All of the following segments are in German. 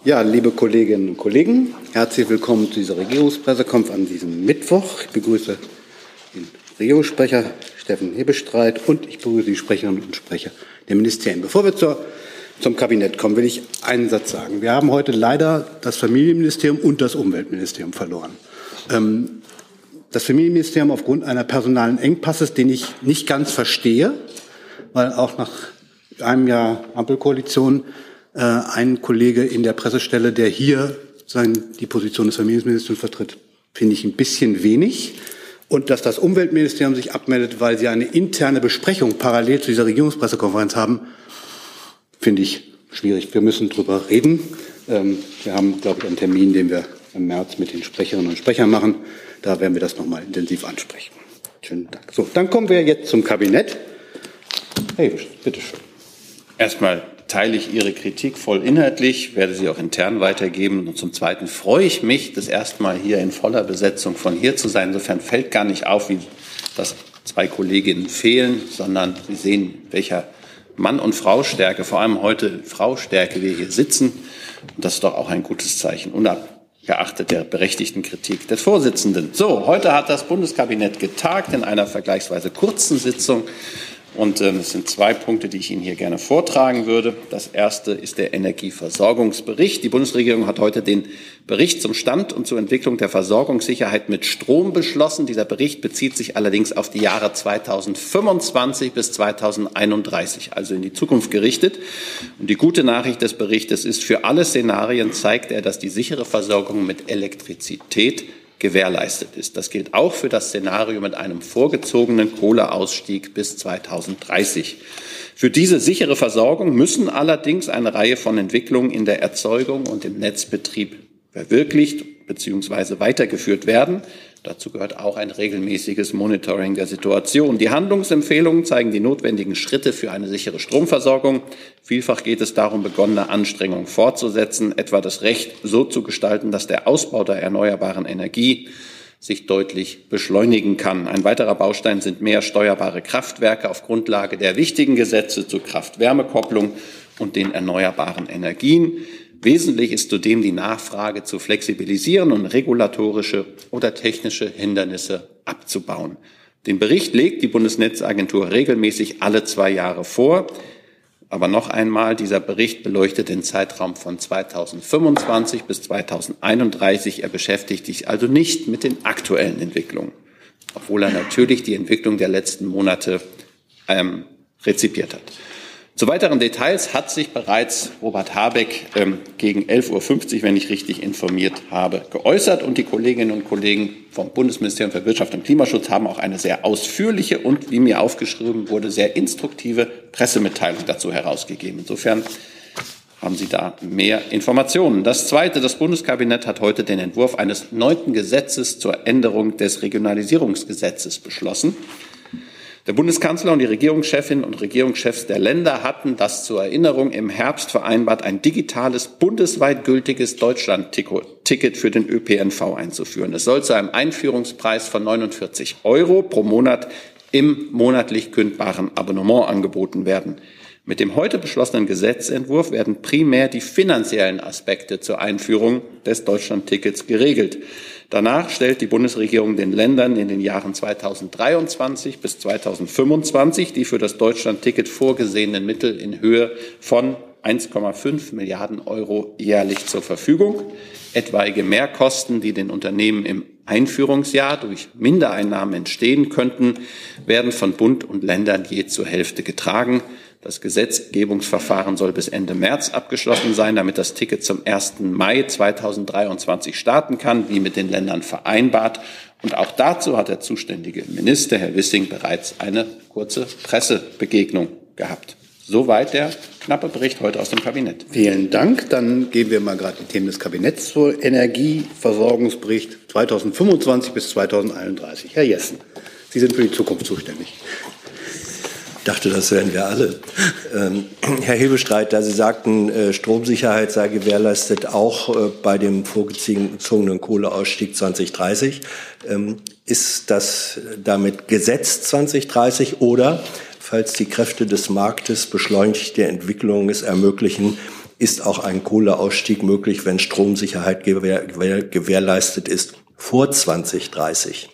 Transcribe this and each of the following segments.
Ja, liebe Kolleginnen und Kollegen, herzlich willkommen zu dieser Regierungspressekonferenz an diesem Mittwoch. Ich begrüße den Regierungssprecher Steffen Hebestreit und ich begrüße die Sprecherinnen und Sprecher der Ministerien. Bevor wir zum Kabinett kommen, will ich einen Satz sagen. Wir haben heute leider das Familienministerium und das Umweltministerium verloren. Das Familienministerium aufgrund einer personalen Engpasses, den ich nicht ganz verstehe, weil auch nach einem Jahr Ampelkoalition ein Kollege in der Pressestelle, der hier die Position des Familienministeriums vertritt, finde ich ein bisschen wenig. Und dass das Umweltministerium sich abmeldet, weil sie eine interne Besprechung parallel zu dieser Regierungspressekonferenz haben, finde ich schwierig. Wir müssen drüber reden. Wir haben, glaube ich, einen Termin, den wir im März mit den Sprecherinnen und Sprechern machen. Da werden wir das nochmal intensiv ansprechen. Schönen Dank. So, dann kommen wir jetzt zum Kabinett. Hey, bitte schön. Erstmal teile ich Ihre Kritik voll inhaltlich, werde sie auch intern weitergeben. Und zum Zweiten freue ich mich, das erste Mal hier in voller Besetzung von hier zu sein. Insofern fällt gar nicht auf, wie dass 2 Kolleginnen fehlen, sondern Sie sehen, welcher Mann- und Frau-Stärke, vor allem heute Frau-Stärke, wir hier sitzen. Und das ist doch auch ein gutes Zeichen, ungeachtet der berechtigten Kritik des Vorsitzenden. So, heute hat das Bundeskabinett getagt in einer vergleichsweise kurzen Sitzung. Und es sind 2 Punkte, die ich Ihnen hier gerne vortragen würde. Das erste ist der Energieversorgungsbericht. Die Bundesregierung hat heute den Bericht zum Stand und zur Entwicklung der Versorgungssicherheit mit Strom beschlossen. Dieser Bericht bezieht sich allerdings auf die Jahre 2025 bis 2031, also in die Zukunft gerichtet. Und die gute Nachricht des Berichtes ist, für alle Szenarien zeigt er, dass die sichere Versorgung mit Elektrizität gewährleistet ist. Das gilt auch für das Szenario mit einem vorgezogenen Kohleausstieg bis 2030. Für diese sichere Versorgung müssen allerdings eine Reihe von Entwicklungen in der Erzeugung und im Netzbetrieb verwirklicht bzw. weitergeführt werden. Dazu gehört auch ein regelmäßiges Monitoring der Situation. Die Handlungsempfehlungen zeigen die notwendigen Schritte für eine sichere Stromversorgung. Vielfach geht es darum, begonnene Anstrengungen fortzusetzen, etwa das Recht so zu gestalten, dass der Ausbau der erneuerbaren Energie sich deutlich beschleunigen kann. Ein weiterer Baustein sind mehr steuerbare Kraftwerke auf Grundlage der wichtigen Gesetze zur Kraft-Wärme-Kopplung und den erneuerbaren Energien. Wesentlich ist zudem die Nachfrage zu flexibilisieren und regulatorische oder technische Hindernisse abzubauen. Den Bericht legt die Bundesnetzagentur regelmäßig alle 2 Jahre vor. Aber noch einmal, dieser Bericht beleuchtet den Zeitraum von 2025 bis 2031. Er beschäftigt sich also nicht mit den aktuellen Entwicklungen, obwohl er natürlich die Entwicklung der letzten Monate rezipiert hat. Zu weiteren Details hat sich bereits Robert Habeck gegen 11:50 Uhr, wenn ich richtig informiert habe, geäußert. Und die Kolleginnen und Kollegen vom Bundesministerium für Wirtschaft und Klimaschutz haben auch eine sehr ausführliche und, wie mir aufgeschrieben wurde, sehr instruktive Pressemitteilung dazu herausgegeben. Insofern haben Sie da mehr Informationen. Das Zweite, das Bundeskabinett hat heute den Entwurf eines 9. Gesetzes zur Änderung des Regionalisierungsgesetzes beschlossen. Der Bundeskanzler und die Regierungschefinnen und Regierungschefs der Länder hatten, das zur Erinnerung, im Herbst vereinbart, ein digitales, bundesweit gültiges Deutschland-Ticket für den ÖPNV einzuführen. Es soll zu einem Einführungspreis von 49 € pro Monat im monatlich kündbaren Abonnement angeboten werden. Mit dem heute beschlossenen Gesetzentwurf werden primär die finanziellen Aspekte zur Einführung des Deutschland-Tickets geregelt. Danach stellt die Bundesregierung den Ländern in den Jahren 2023 bis 2025 die für das Deutschland-Ticket vorgesehenen Mittel in Höhe von 1,5 Milliarden € jährlich zur Verfügung. Etwaige Mehrkosten, die den Unternehmen im Einführungsjahr durch Mindereinnahmen entstehen könnten, werden von Bund und Ländern je zur Hälfte getragen. Das Gesetzgebungsverfahren soll bis Ende März abgeschlossen sein, damit das Ticket zum 1. Mai 2023 starten kann, wie mit den Ländern vereinbart. Und auch dazu hat der zuständige Minister, Herr Wissing, bereits eine kurze Pressebegegnung gehabt. Soweit der knappe Bericht heute aus dem Kabinett. Vielen Dank. Dann gehen wir mal gerade die Themen des Kabinetts zur Energieversorgungsbericht 2025 bis 2031. Herr Jessen, Sie sind für die Zukunft zuständig. Ich dachte, das wären wir alle. Herr Hebestreit, da Sie sagten, Stromsicherheit sei gewährleistet, auch bei dem vorgezogenen Kohleausstieg 2030. Ist das damit gesetzt 2030 oder, falls die Kräfte des Marktes beschleunigte Entwicklungen es ermöglichen, ist auch ein Kohleausstieg möglich, wenn Stromsicherheit gewährleistet ist vor 2030?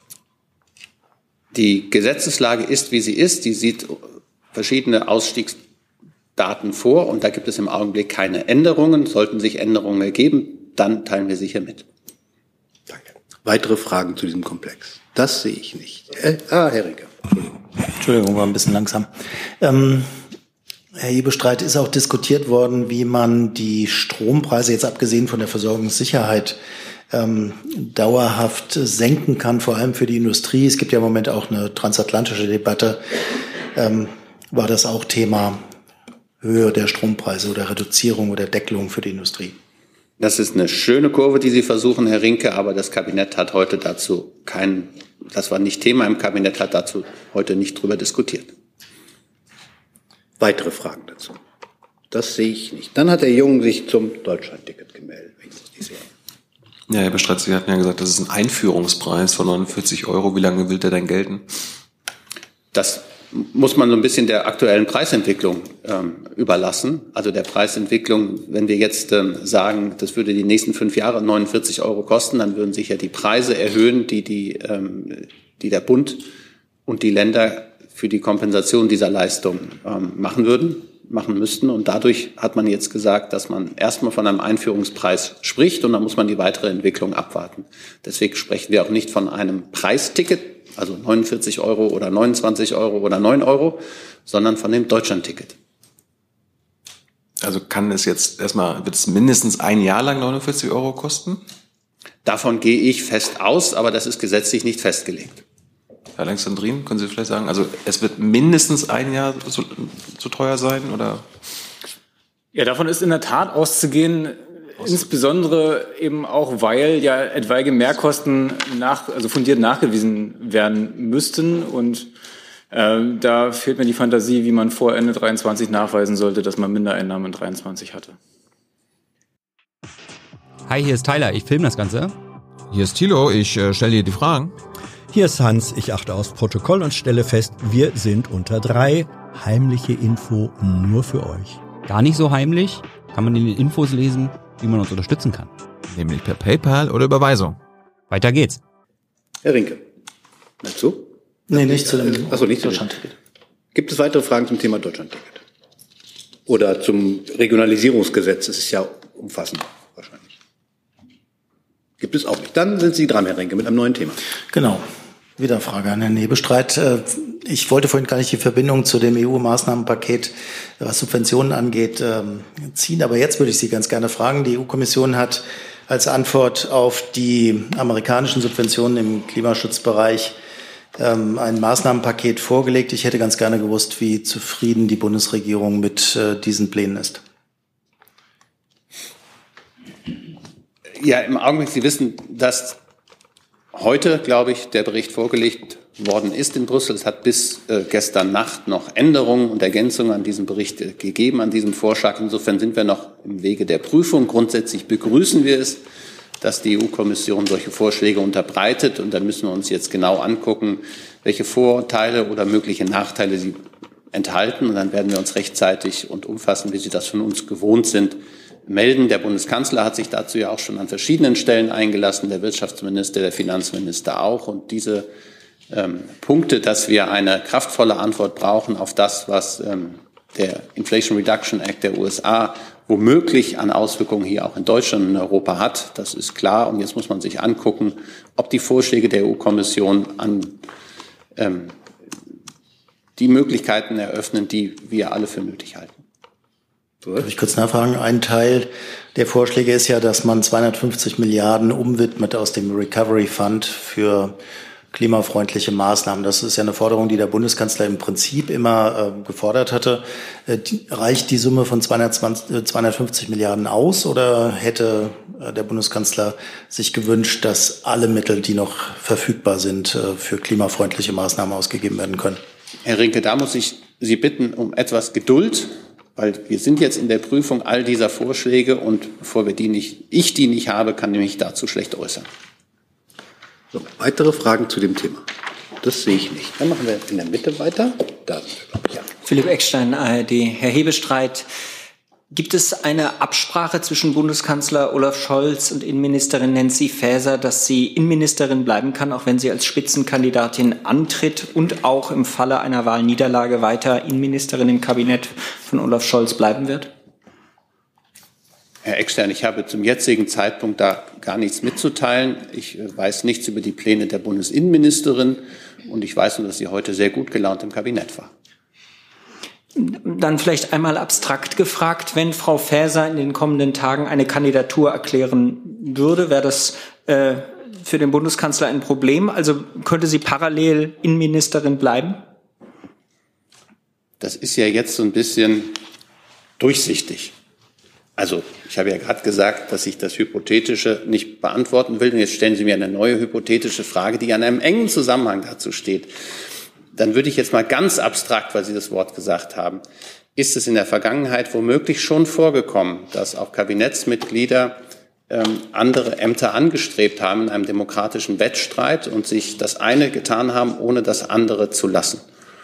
Die Gesetzeslage ist, wie sie ist. Die sieht verschiedene Ausstiegsdaten vor und da gibt es im Augenblick keine Änderungen. Sollten sich Änderungen ergeben, dann teilen wir sicher mit. Danke. Weitere Fragen zu diesem Komplex? Das sehe ich nicht. Herr Rinke. Entschuldigung, war ein bisschen langsam. Herr Hebestreit, ist auch diskutiert worden, wie man die Strompreise, jetzt abgesehen von der Versorgungssicherheit, dauerhaft senken kann, vor allem für die Industrie. Es gibt ja im Moment auch eine transatlantische Debatte. War das auch Thema Höhe der Strompreise oder Reduzierung oder Deckelung für die Industrie? Das ist eine schöne Kurve, die Sie versuchen, Herr Rinke, aber das Kabinett hat heute dazu das war nicht Thema im Kabinett, hat dazu heute nicht drüber diskutiert. Weitere Fragen dazu? Das sehe ich nicht. Dann hat Herr Jung sich zum Deutschlandticket gemeldet, wenn ich das nicht sehe. Ja, Herr Bestreit, Sie hatten ja gesagt, das ist ein Einführungspreis von 49 €. Wie lange will der denn gelten? Das muss man so ein bisschen der aktuellen Preisentwicklung überlassen. Also der Preisentwicklung, wenn wir jetzt sagen, das würde die nächsten 5 Jahre 49 € kosten, dann würden sich ja die Preise erhöhen, die der Bund und die Länder für die Kompensation dieser Leistung machen müssten. Und dadurch hat man jetzt gesagt, dass man erstmal von einem Einführungspreis spricht und dann muss man die weitere Entwicklung abwarten. Deswegen sprechen wir auch nicht von einem Preisticket, also 49 € oder 29 € oder 9 €, sondern von dem Deutschlandticket. Also wird es mindestens ein Jahr lang 49 € kosten? Davon gehe ich fest aus, aber das ist gesetzlich nicht festgelegt. Herr Langsandrin, können Sie vielleicht sagen, also es wird mindestens ein Jahr so teuer sein, oder? Ja, davon ist in der Tat auszugehen, insbesondere eben auch, weil ja etwaige Mehrkosten fundiert nachgewiesen werden müssten. Und da fehlt mir die Fantasie, wie man vor Ende 23 nachweisen sollte, dass man Mindereinnahmen in 23 hatte. Hi, hier ist Tyler, ich filme das Ganze. Hier ist Thilo, ich stelle dir die Fragen. Hier ist Hans, ich achte aufs Protokoll und stelle fest, wir sind unter 3. Heimliche Info nur für euch. Gar nicht so heimlich, kann man in den Infos lesen, wie man uns unterstützen kann. Nämlich per PayPal oder Überweisung. Weiter geht's. Herr Rinke, dazu? Nee, nicht zu dem Deutschlandticket. Gibt es weitere Fragen zum Thema Deutschlandticket? Oder zum Regionalisierungsgesetz? Das ist ja umfassend wahrscheinlich. Gibt es auch nicht. Dann sind Sie dran, Herr Rinke, mit einem neuen Thema. Genau. Wieder Frage an Herrn Hebestreit. Ich wollte vorhin gar nicht die Verbindung zu dem EU-Maßnahmenpaket, was Subventionen angeht, ziehen. Aber jetzt würde ich Sie ganz gerne fragen. Die EU-Kommission hat als Antwort auf die amerikanischen Subventionen im Klimaschutzbereich ein Maßnahmenpaket vorgelegt. Ich hätte ganz gerne gewusst, wie zufrieden die Bundesregierung mit diesen Plänen ist. Ja, im Augenblick, Sie wissen, dass heute, glaube ich, der Bericht vorgelegt worden ist in Brüssel. Es hat bis gestern Nacht noch Änderungen und Ergänzungen an diesem Bericht gegeben, an diesem Vorschlag. Insofern sind wir noch im Wege der Prüfung. Grundsätzlich begrüßen wir es, dass die EU-Kommission solche Vorschläge unterbreitet. Und dann müssen wir uns jetzt genau angucken, welche Vorteile oder mögliche Nachteile sie enthalten. Und dann werden wir uns rechtzeitig und umfassend, wie Sie das von uns gewohnt sind, melden. Der Bundeskanzler hat sich dazu ja auch schon an verschiedenen Stellen eingelassen, der Wirtschaftsminister, der Finanzminister auch. Und diese Punkte, dass wir eine kraftvolle Antwort brauchen auf das, was der Inflation Reduction Act der USA womöglich an Auswirkungen hier auch in Deutschland und in Europa hat, das ist klar. Und jetzt muss man sich angucken, ob die Vorschläge der EU-Kommission an die Möglichkeiten eröffnen, die wir alle für nötig halten. Darf ich kurz nachfragen? Ein Teil der Vorschläge ist ja, dass man 250 Milliarden umwidmet aus dem Recovery Fund für klimafreundliche Maßnahmen. Das ist ja eine Forderung, die der Bundeskanzler im Prinzip immer gefordert hatte. Reicht die Summe von 250 Milliarden aus oder hätte der Bundeskanzler sich gewünscht, dass alle Mittel, die noch verfügbar sind, für klimafreundliche Maßnahmen ausgegeben werden können? Herr Rinke, da muss ich Sie bitten um etwas Geduld, weil wir sind jetzt in der Prüfung all dieser Vorschläge und bevor ich die nicht habe, kann ich mich dazu schlecht äußern. So, weitere Fragen zu dem Thema? Das sehe ich nicht. Dann machen wir in der Mitte weiter. Da sind wir, glaube ich, ja. Philipp Eckstein, ARD. Herr Hebestreit, Gibt es eine Absprache zwischen Bundeskanzler Olaf Scholz und Innenministerin Nancy Faeser, dass sie Innenministerin bleiben kann, auch wenn sie als Spitzenkandidatin antritt und auch im Falle einer Wahlniederlage weiter Innenministerin im Kabinett von Olaf Scholz bleiben wird? Herr Eckstein, ich habe zum jetzigen Zeitpunkt da gar nichts mitzuteilen. Ich weiß nichts über die Pläne der Bundesinnenministerin und ich weiß nur, dass sie heute sehr gut gelaunt im Kabinett war. Dann vielleicht einmal abstrakt gefragt, wenn Frau Faeser in den kommenden Tagen eine Kandidatur erklären würde, wäre das für den Bundeskanzler ein Problem? Also könnte sie parallel Innenministerin bleiben? Das ist ja jetzt so ein bisschen durchsichtig. Also ich habe ja gerade gesagt, dass ich das Hypothetische nicht beantworten will. Und jetzt stellen Sie mir eine neue hypothetische Frage, die an einem engen Zusammenhang dazu steht. Dann würde ich jetzt mal ganz abstrakt, weil Sie das Wort gesagt haben, ist es in der Vergangenheit womöglich schon vorgekommen, dass auch Kabinettsmitglieder andere Ämter angestrebt haben in einem demokratischen Wettstreit und sich das eine getan haben, ohne das andere zu lassen.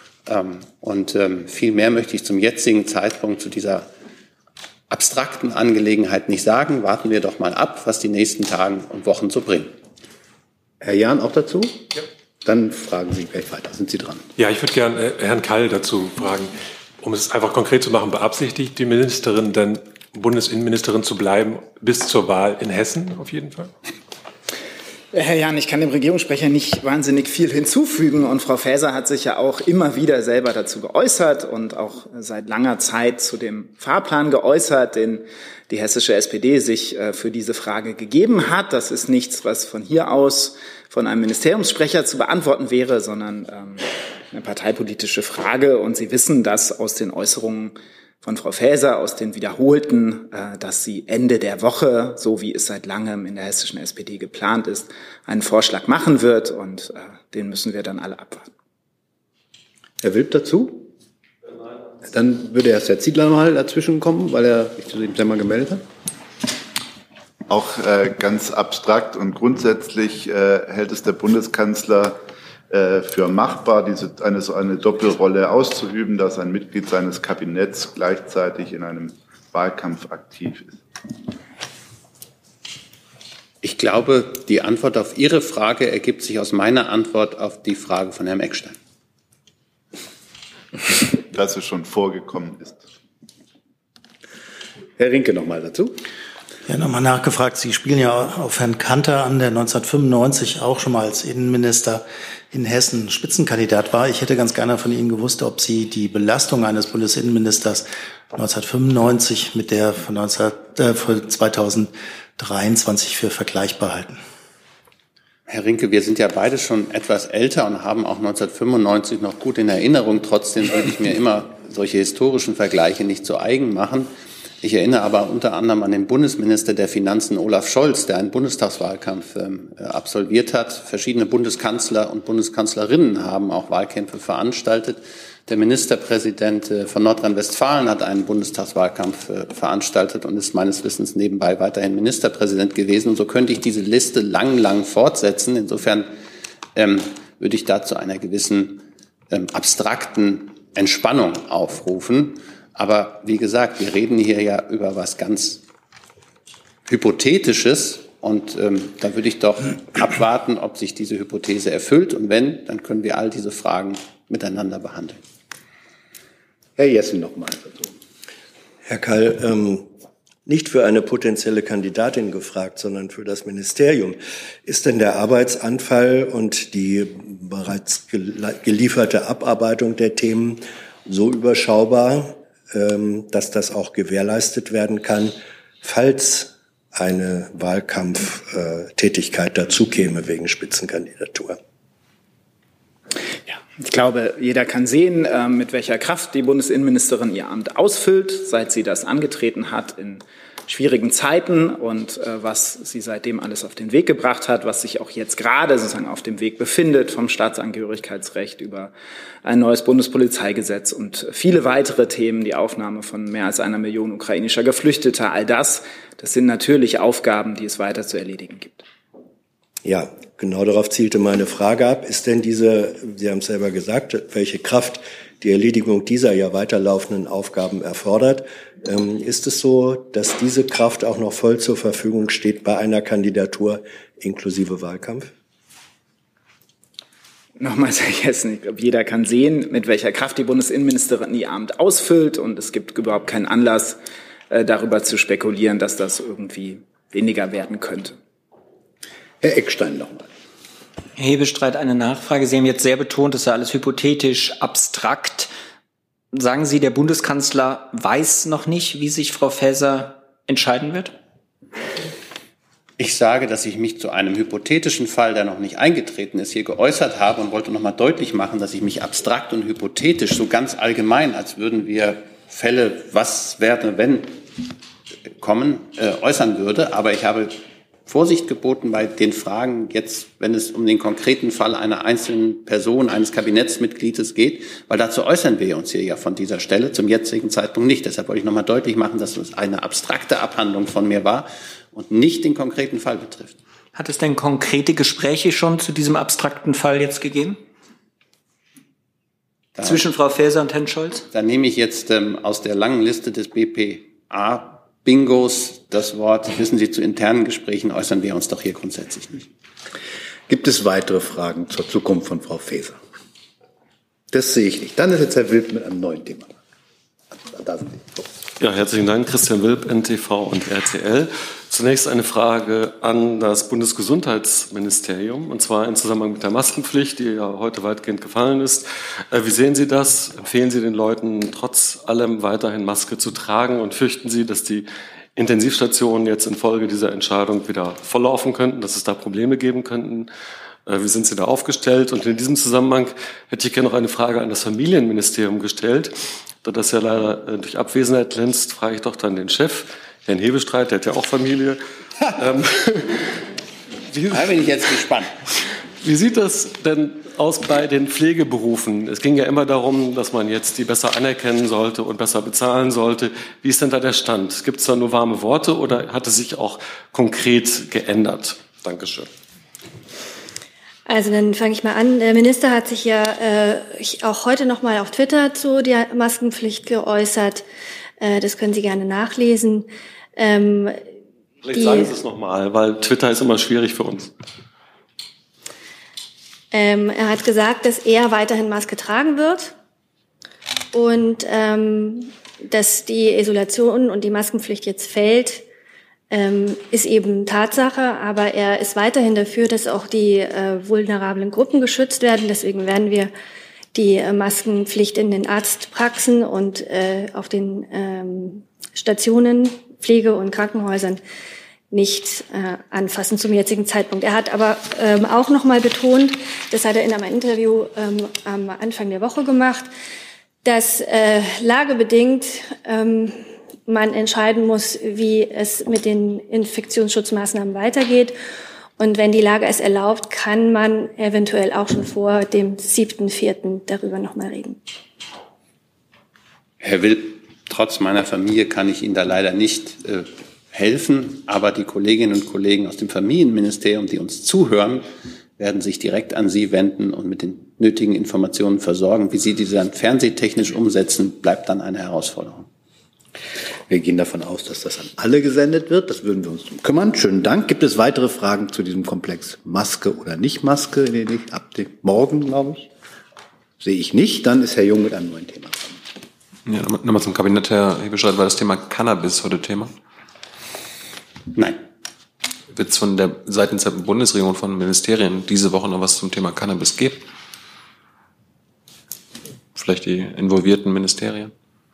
Viel mehr möchte ich zum jetzigen Zeitpunkt zu dieser abstrakten Angelegenheit nicht sagen. Warten wir doch mal ab, was die nächsten Tage und Wochen so bringen. Herr Jahn auch dazu? Ja. Dann fragen Sie gleich weiter. Sind Sie dran? Ja, ich würde gerne Herrn Kall dazu fragen, um es einfach konkret zu machen, beabsichtigt die Ministerin denn, Bundesinnenministerin zu bleiben bis zur Wahl in Hessen auf jeden Fall? Herr Jahn, ich kann dem Regierungssprecher nicht wahnsinnig viel hinzufügen. Und Frau Faeser hat sich ja auch immer wieder selber dazu geäußert und auch seit langer Zeit zu dem Fahrplan geäußert, den die hessische SPD sich für diese Frage gegeben hat. Das ist nichts, was von hier aus von einem Ministeriumssprecher zu beantworten wäre, sondern eine parteipolitische Frage. Und Sie wissen, dass aus den Äußerungen von Frau Faeser, aus den wiederholten, dass sie Ende der Woche, so wie es seit langem in der hessischen SPD geplant ist, einen Vorschlag machen wird. Und den müssen wir dann alle abwarten. Herr Wilp dazu? Dann würde erst Herr Ziegler mal dazwischen kommen, weil er sich zu dem Thema gemeldet hat. Auch ganz abstrakt und grundsätzlich hält es der Bundeskanzler für machbar, eine Doppelrolle auszuüben, dass ein Mitglied seines Kabinetts gleichzeitig in einem Wahlkampf aktiv ist? Ich glaube, die Antwort auf Ihre Frage ergibt sich aus meiner Antwort auf die Frage von Herrn Eckstein. Dass es schon vorgekommen ist. Herr Rinke noch mal dazu. Ja, nochmal nachgefragt. Sie spielen ja auf Herrn Kanter an, der 1995 auch schon mal als Innenminister in Hessen Spitzenkandidat war. Ich hätte ganz gerne von Ihnen gewusst, ob Sie die Belastung eines Bundesinnenministers 1995 mit der von 2023 für vergleichbar halten. Herr Rinke, wir sind ja beide schon etwas älter und haben auch 1995 noch gut in Erinnerung. Trotzdem würde ich mir immer solche historischen Vergleiche nicht zu eigen machen. Ich erinnere aber unter anderem an den Bundesminister der Finanzen Olaf Scholz, der einen Bundestagswahlkampf absolviert hat. Verschiedene Bundeskanzler und Bundeskanzlerinnen haben auch Wahlkämpfe veranstaltet. Der Ministerpräsident von Nordrhein-Westfalen hat einen Bundestagswahlkampf veranstaltet und ist meines Wissens nebenbei weiterhin Ministerpräsident gewesen. Und so könnte ich diese Liste lang fortsetzen. Insofern würde ich da zu einer gewissen abstrakten Entspannung aufrufen. Aber wie gesagt, wir reden hier ja über was ganz Hypothetisches und da würde ich doch abwarten, ob sich diese Hypothese erfüllt. Und wenn, dann können wir all diese Fragen miteinander behandeln. Herr Jessen noch mal. Herr Kall, nicht für eine potenzielle Kandidatin gefragt, sondern für das Ministerium. Ist denn der Arbeitsanfall und die bereits gelieferte Abarbeitung der Themen so überschaubar, dass das auch gewährleistet werden kann, falls eine Wahlkampftätigkeit dazu käme wegen Spitzenkandidatur? Ja, ich glaube, jeder kann sehen, mit welcher Kraft die Bundesinnenministerin ihr Amt ausfüllt, seit sie das angetreten hat in schwierigen Zeiten und was sie seitdem alles auf den Weg gebracht hat, was sich auch jetzt gerade sozusagen auf dem Weg befindet, vom Staatsangehörigkeitsrecht über ein neues Bundespolizeigesetz und viele weitere Themen, die Aufnahme von mehr als 1 Million ukrainischer Geflüchteter, all das sind natürlich Aufgaben, die es weiter zu erledigen gibt. Ja, genau darauf zielte meine Frage ab. Ist denn diese, Sie haben es selber gesagt, welche Kraft die Erledigung dieser ja weiterlaufenden Aufgaben erfordert. Ist es so, dass diese Kraft auch noch voll zur Verfügung steht bei einer Kandidatur inklusive Wahlkampf? Nochmal sage ich jetzt nicht, jeder kann sehen, mit welcher Kraft die Bundesinnenministerin ihr Amt ausfüllt, und es gibt überhaupt keinen Anlass, darüber zu spekulieren, dass das irgendwie weniger werden könnte. Herr Eckstein nochmal. Herr Hebestreit, eine Nachfrage. Sie haben jetzt sehr betont, das sei alles hypothetisch, abstrakt. Sagen Sie, der Bundeskanzler weiß noch nicht, wie sich Frau Faeser entscheiden wird? Ich sage, dass ich mich zu einem hypothetischen Fall, der noch nicht eingetreten ist, hier geäußert habe und wollte noch mal deutlich machen, dass ich mich abstrakt und hypothetisch so ganz allgemein, als würden wir Fälle, was wäre, wenn kommen, äußern würde. Aber ich habe Vorsicht geboten bei den Fragen jetzt, wenn es um den konkreten Fall einer einzelnen Person, eines Kabinettsmitgliedes geht, weil dazu äußern wir uns hier ja von dieser Stelle zum jetzigen Zeitpunkt nicht. Deshalb wollte ich noch mal deutlich machen, dass es eine abstrakte Abhandlung von mir war und nicht den konkreten Fall betrifft. Hat es denn konkrete Gespräche schon zu diesem abstrakten Fall jetzt gegeben? Zwischen Frau Faeser und Herrn Scholz? Da nehme ich jetzt aus der langen Liste des BPA-Bingos das Wort. Wissen Sie, zu internen Gesprächen äußern wir uns doch hier grundsätzlich nicht. Gibt es weitere Fragen zur Zukunft von Frau Faeser? Das sehe ich nicht. Dann ist jetzt Herr Wilp mit einem neuen Thema. Da sind Sie. Ja, herzlichen Dank, Christian Wilp, NTV und RTL. Zunächst eine Frage an das Bundesgesundheitsministerium, und zwar im Zusammenhang mit der Maskenpflicht, die ja heute weitgehend gefallen ist. Wie sehen Sie das? Empfehlen Sie den Leuten trotz allem weiterhin Maske zu tragen, und fürchten Sie, dass die Intensivstationen jetzt infolge dieser Entscheidung wieder volllaufen könnten, dass es da Probleme geben könnten? Wie sind Sie da aufgestellt? Und in diesem Zusammenhang hätte ich gerne noch eine Frage an das Familienministerium gestellt. Da das ja leider durch Abwesenheit glänzt, frage ich doch dann den Chef, Herrn Hebestreit, der hat ja auch Familie. Da bin ich jetzt gespannt. Wie sieht das denn aus bei den Pflegeberufen? Es ging ja immer darum, dass man jetzt die besser anerkennen sollte und besser bezahlen sollte. Wie ist denn da der Stand? Gibt es da nur warme Worte oder hat es sich auch konkret geändert? Dankeschön. Also dann fange ich mal an. Der Minister hat sich ja auch heute noch mal auf Twitter zu der Maskenpflicht geäußert. Das können Sie gerne nachlesen. Vielleicht sagen Sie es noch mal, weil Twitter ist immer schwierig für uns. Er hat gesagt, dass er weiterhin Maske tragen wird und dass die Isolation und die Maskenpflicht jetzt fällt, ist eben Tatsache, aber er ist weiterhin dafür, dass auch die vulnerablen Gruppen geschützt werden. Deswegen werden wir die Maskenpflicht in den Arztpraxen und auf den Stationen, Pflege- und Krankenhäusern nicht anfassen zum jetzigen Zeitpunkt. Er hat aber auch noch mal betont, das hat er in einem Interview am Anfang der Woche gemacht, dass lagebedingt man entscheiden muss, wie es mit den Infektionsschutzmaßnahmen weitergeht. Und wenn die Lage es erlaubt, kann man eventuell auch schon vor dem 7.4. darüber noch mal reden. Herr Wilp, trotz meiner Familie kann ich Ihnen da leider nicht helfen. Aber die Kolleginnen und Kollegen aus dem Familienministerium, die uns zuhören, werden sich direkt an Sie wenden und mit den nötigen Informationen versorgen. Wie Sie diese dann fernsehtechnisch umsetzen, bleibt dann eine Herausforderung. Wir gehen davon aus, dass das an alle gesendet wird. Das würden wir uns drum kümmern. Schönen Dank. Gibt es weitere Fragen zu diesem Komplex Maske oder nicht Maske? Ab dem Morgen, glaube ich. Sehe ich nicht. Dann ist Herr Jung mit einem neuen Thema dran. Ja, nochmal zum Kabinett, Herr Hebestreit. War das Thema Cannabis heute Thema? Nein. Wird es von der seitens der Bundesregierung, von Ministerien diese Woche noch was zum Thema Cannabis geben? Vielleicht die involvierten Ministerien?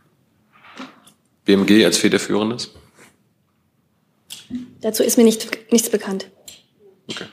BMG als federführendes? Dazu ist mir nichts bekannt. Okay.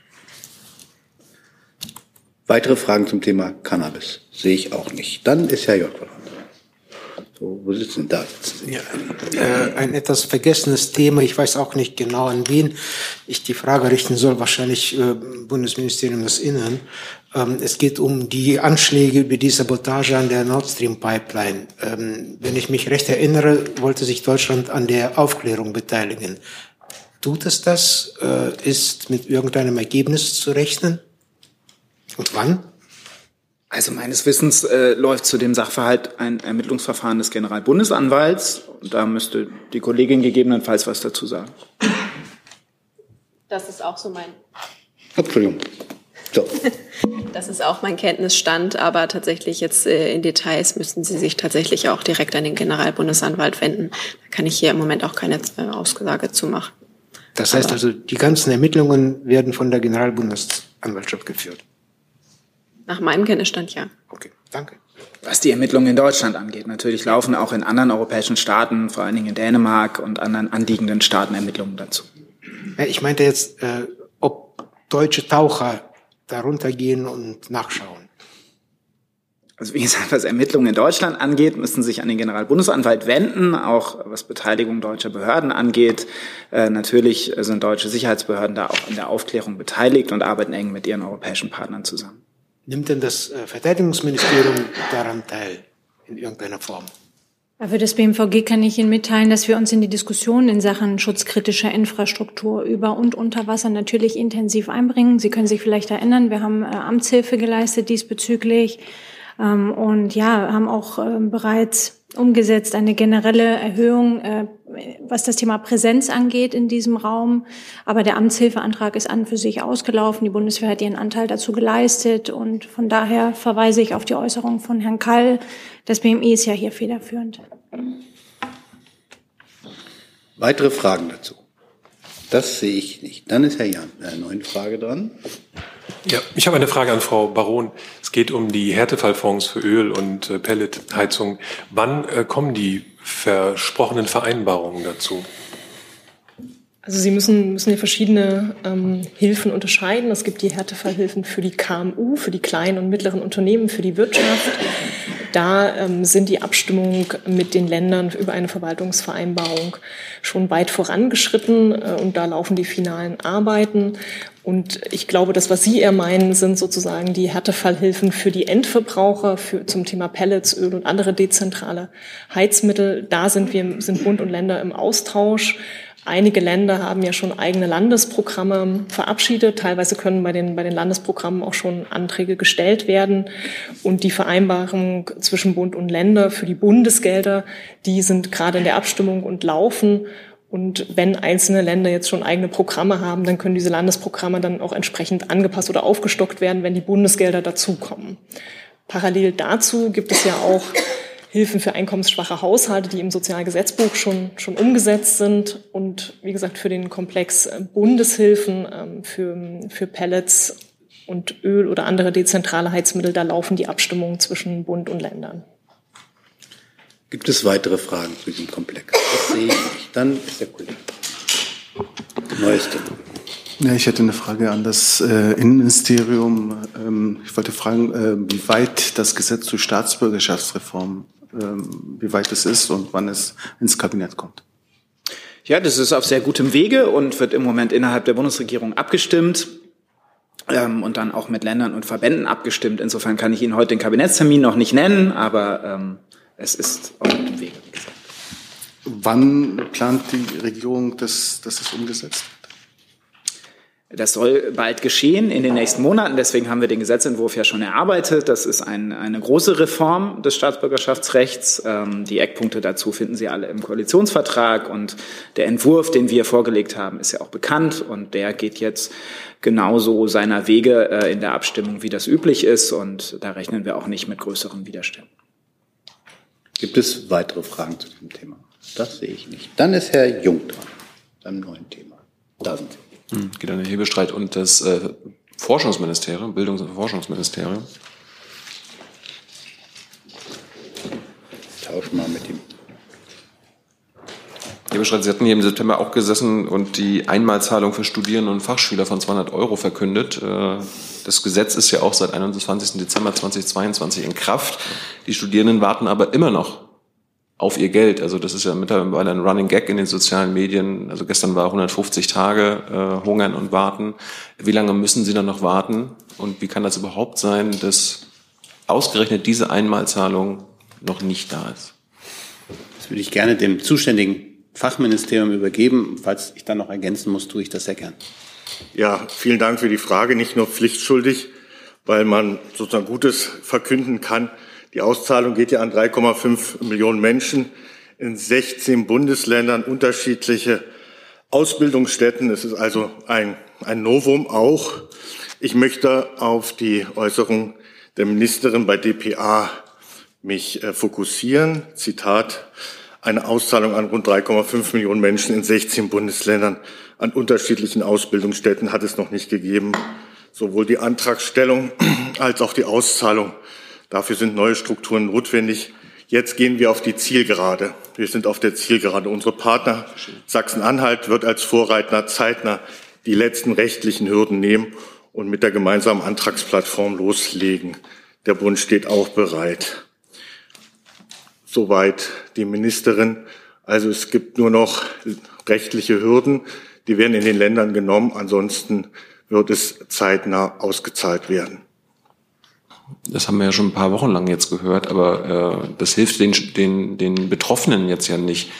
Weitere Fragen zum Thema Cannabis sehe ich auch nicht. Dann ist Herr J. So, wo sitzen da? Ja, ein etwas vergessenes Thema. Ich weiß auch nicht genau, an wen ich die Frage richten soll. Wahrscheinlich Bundesministerium des Innern. Es geht um die Anschläge über die Sabotage an der Nord Stream Pipeline. Wenn ich mich recht erinnere, wollte sich Deutschland an der Aufklärung beteiligen. Tut es das? Ist mit irgendeinem Ergebnis zu rechnen? Und wann? Also meines Wissens läuft zu dem Sachverhalt ein Ermittlungsverfahren des Generalbundesanwalts. Und da müsste die Kollegin gegebenenfalls was dazu sagen. Das ist auch so mein... Entschuldigung. So. Das ist auch mein Kenntnisstand, aber tatsächlich jetzt in Details müssten Sie sich tatsächlich auch direkt an den Generalbundesanwalt wenden. Da kann ich hier im Moment auch keine Aussage zu machen. Das heißt also, die ganzen Ermittlungen werden von der Generalbundesanwaltschaft geführt? Nach meinem Kenntnisstand ja. Okay, danke. Was die Ermittlungen in Deutschland angeht, natürlich laufen auch in anderen europäischen Staaten, vor allen Dingen in Dänemark und anderen anliegenden Staaten Ermittlungen dazu. Ja, ich meinte jetzt, ob deutsche Taucher darunter gehen und nachschauen. Also wie gesagt, was Ermittlungen in Deutschland angeht, müssen sich an den Generalbundesanwalt wenden, auch was Beteiligung deutscher Behörden angeht. Natürlich sind deutsche Sicherheitsbehörden da auch in der Aufklärung beteiligt und arbeiten eng mit ihren europäischen Partnern zusammen. Nimmt denn das Verteidigungsministerium daran teil, in irgendeiner Form? Für das BMVG kann ich Ihnen mitteilen, dass wir uns in die Diskussion in Sachen schutzkritischer Infrastruktur über und unter Wasser natürlich intensiv einbringen. Sie können sich vielleicht erinnern, wir haben Amtshilfe geleistet diesbezüglich und ja, haben auch bereits umgesetzt eine generelle Erhöhung, was das Thema Präsenz angeht in diesem Raum. Aber der Amtshilfeantrag ist an für sich ausgelaufen. Die Bundeswehr hat ihren Anteil dazu geleistet. Und von daher verweise ich auf die Äußerung von Herrn Kall. Das BMI ist ja hier federführend. Weitere Fragen dazu? Das sehe ich nicht. Dann ist Herr Jahn mit einer neuen Frage dran. Ja, ich habe eine Frage an Frau Baron. Es geht um die Härtefallfonds für Öl- und Pelletheizung. Wann kommen die versprochenen Vereinbarungen dazu? Also Sie müssen hier verschiedene Hilfen unterscheiden. Es gibt die Härtefallhilfen für die KMU, für die kleinen und mittleren Unternehmen, für die Wirtschaft. Da sind die Abstimmungen mit den Ländern über eine Verwaltungsvereinbarung schon weit vorangeschritten und da laufen die finalen Arbeiten. Und ich glaube, das, was Sie eher meinen, sind sozusagen die Härtefallhilfen für die Endverbraucher, zum Thema Pellets, Öl und andere dezentrale Heizmittel. Da sind Bund und Länder im Austausch. Einige Länder haben ja schon eigene Landesprogramme verabschiedet. Teilweise können bei den Landesprogrammen auch schon Anträge gestellt werden. Und die Vereinbarung zwischen Bund und Länder für die Bundesgelder, die sind gerade in der Abstimmung und laufen. Und wenn einzelne Länder jetzt schon eigene Programme haben, dann können diese Landesprogramme dann auch entsprechend angepasst oder aufgestockt werden, wenn die Bundesgelder dazukommen. Parallel dazu gibt es ja auch Hilfen für einkommensschwache Haushalte, die im Sozialgesetzbuch schon umgesetzt sind. Und wie gesagt, für den Komplex Bundeshilfen für Pellets und Öl oder andere dezentrale Heizmittel, da laufen die Abstimmungen zwischen Bund und Ländern. Gibt es weitere Fragen zu diesem Komplex? Das sehe ich nicht. Dann ist der Kollege. Neues Thema. Ja, ich hätte eine Frage an das Innenministerium. Ich wollte fragen, wie weit das Gesetz zur Staatsbürgerschaftsreform, wie weit es ist und wann es ins Kabinett kommt. Ja, das ist auf sehr gutem Wege und wird im Moment innerhalb der Bundesregierung abgestimmt und dann auch mit Ländern und Verbänden abgestimmt. Insofern kann ich Ihnen heute den Kabinettstermin noch nicht nennen, aber es ist auf gutem Wege, wie gesagt. Wann plant die Regierung, dass es umgesetzt wird? Das soll bald geschehen, in den nächsten Monaten. Deswegen haben wir den Gesetzentwurf ja schon erarbeitet. Das ist eine große Reform des Staatsbürgerschaftsrechts. Die Eckpunkte dazu finden Sie alle im Koalitionsvertrag. Und der Entwurf, den wir vorgelegt haben, ist ja auch bekannt. Und der geht jetzt genauso seiner Wege in der Abstimmung, wie das üblich ist. Und da rechnen wir auch nicht mit größeren Widerständen. Gibt es weitere Fragen zu diesem Thema? Das sehe ich nicht. Dann ist Herr Jung dran, beim neuen Thema. Da sind Sie. Geht an den Hebestreit und das Forschungsministerium, Bildungs- und Forschungsministerium. Tausch mal mit ihm. Hebestreit, Sie hatten hier im September auch gesessen und die Einmalzahlung für Studierende und Fachschüler von 200 € verkündet. Das Gesetz ist ja auch seit 21. Dezember 2022 in Kraft. Die Studierenden warten aber immer noch auf ihr Geld. Also das ist ja mittlerweile ein Running Gag in den sozialen Medien. Also gestern war 150 Tage hungern und warten. Wie lange müssen Sie dann noch warten? Und wie kann das überhaupt sein, dass ausgerechnet diese Einmalzahlung noch nicht da ist? Das würde ich gerne dem zuständigen Fachministerium übergeben. Falls ich dann noch ergänzen muss, tue ich das sehr gern. Ja, vielen Dank für die Frage. Nicht nur pflichtschuldig, weil man sozusagen Gutes verkünden kann. Die Auszahlung geht ja an 3,5 Millionen Menschen in 16 Bundesländern, unterschiedliche Ausbildungsstätten. Es ist also ein Novum auch. Ich möchte auf die Äußerung der Ministerin bei dpa mich fokussieren. Zitat: Eine Auszahlung an rund 3,5 Millionen Menschen in 16 Bundesländern an unterschiedlichen Ausbildungsstätten hat es noch nicht gegeben. Sowohl die Antragstellung als auch die Auszahlung. Dafür sind neue Strukturen notwendig. Jetzt gehen wir auf die Zielgerade. Wir sind auf der Zielgerade. Unsere Partner Sachsen-Anhalt wird als Vorreiter zeitnah die letzten rechtlichen Hürden nehmen und mit der gemeinsamen Antragsplattform loslegen. Der Bund steht auch bereit. Soweit die Ministerin. Also es gibt nur noch rechtliche Hürden. Die werden in den Ländern genommen. Ansonsten wird es zeitnah ausgezahlt werden. Das haben wir ja schon ein paar Wochen lang jetzt gehört, aber das hilft den Betroffenen jetzt ja nicht.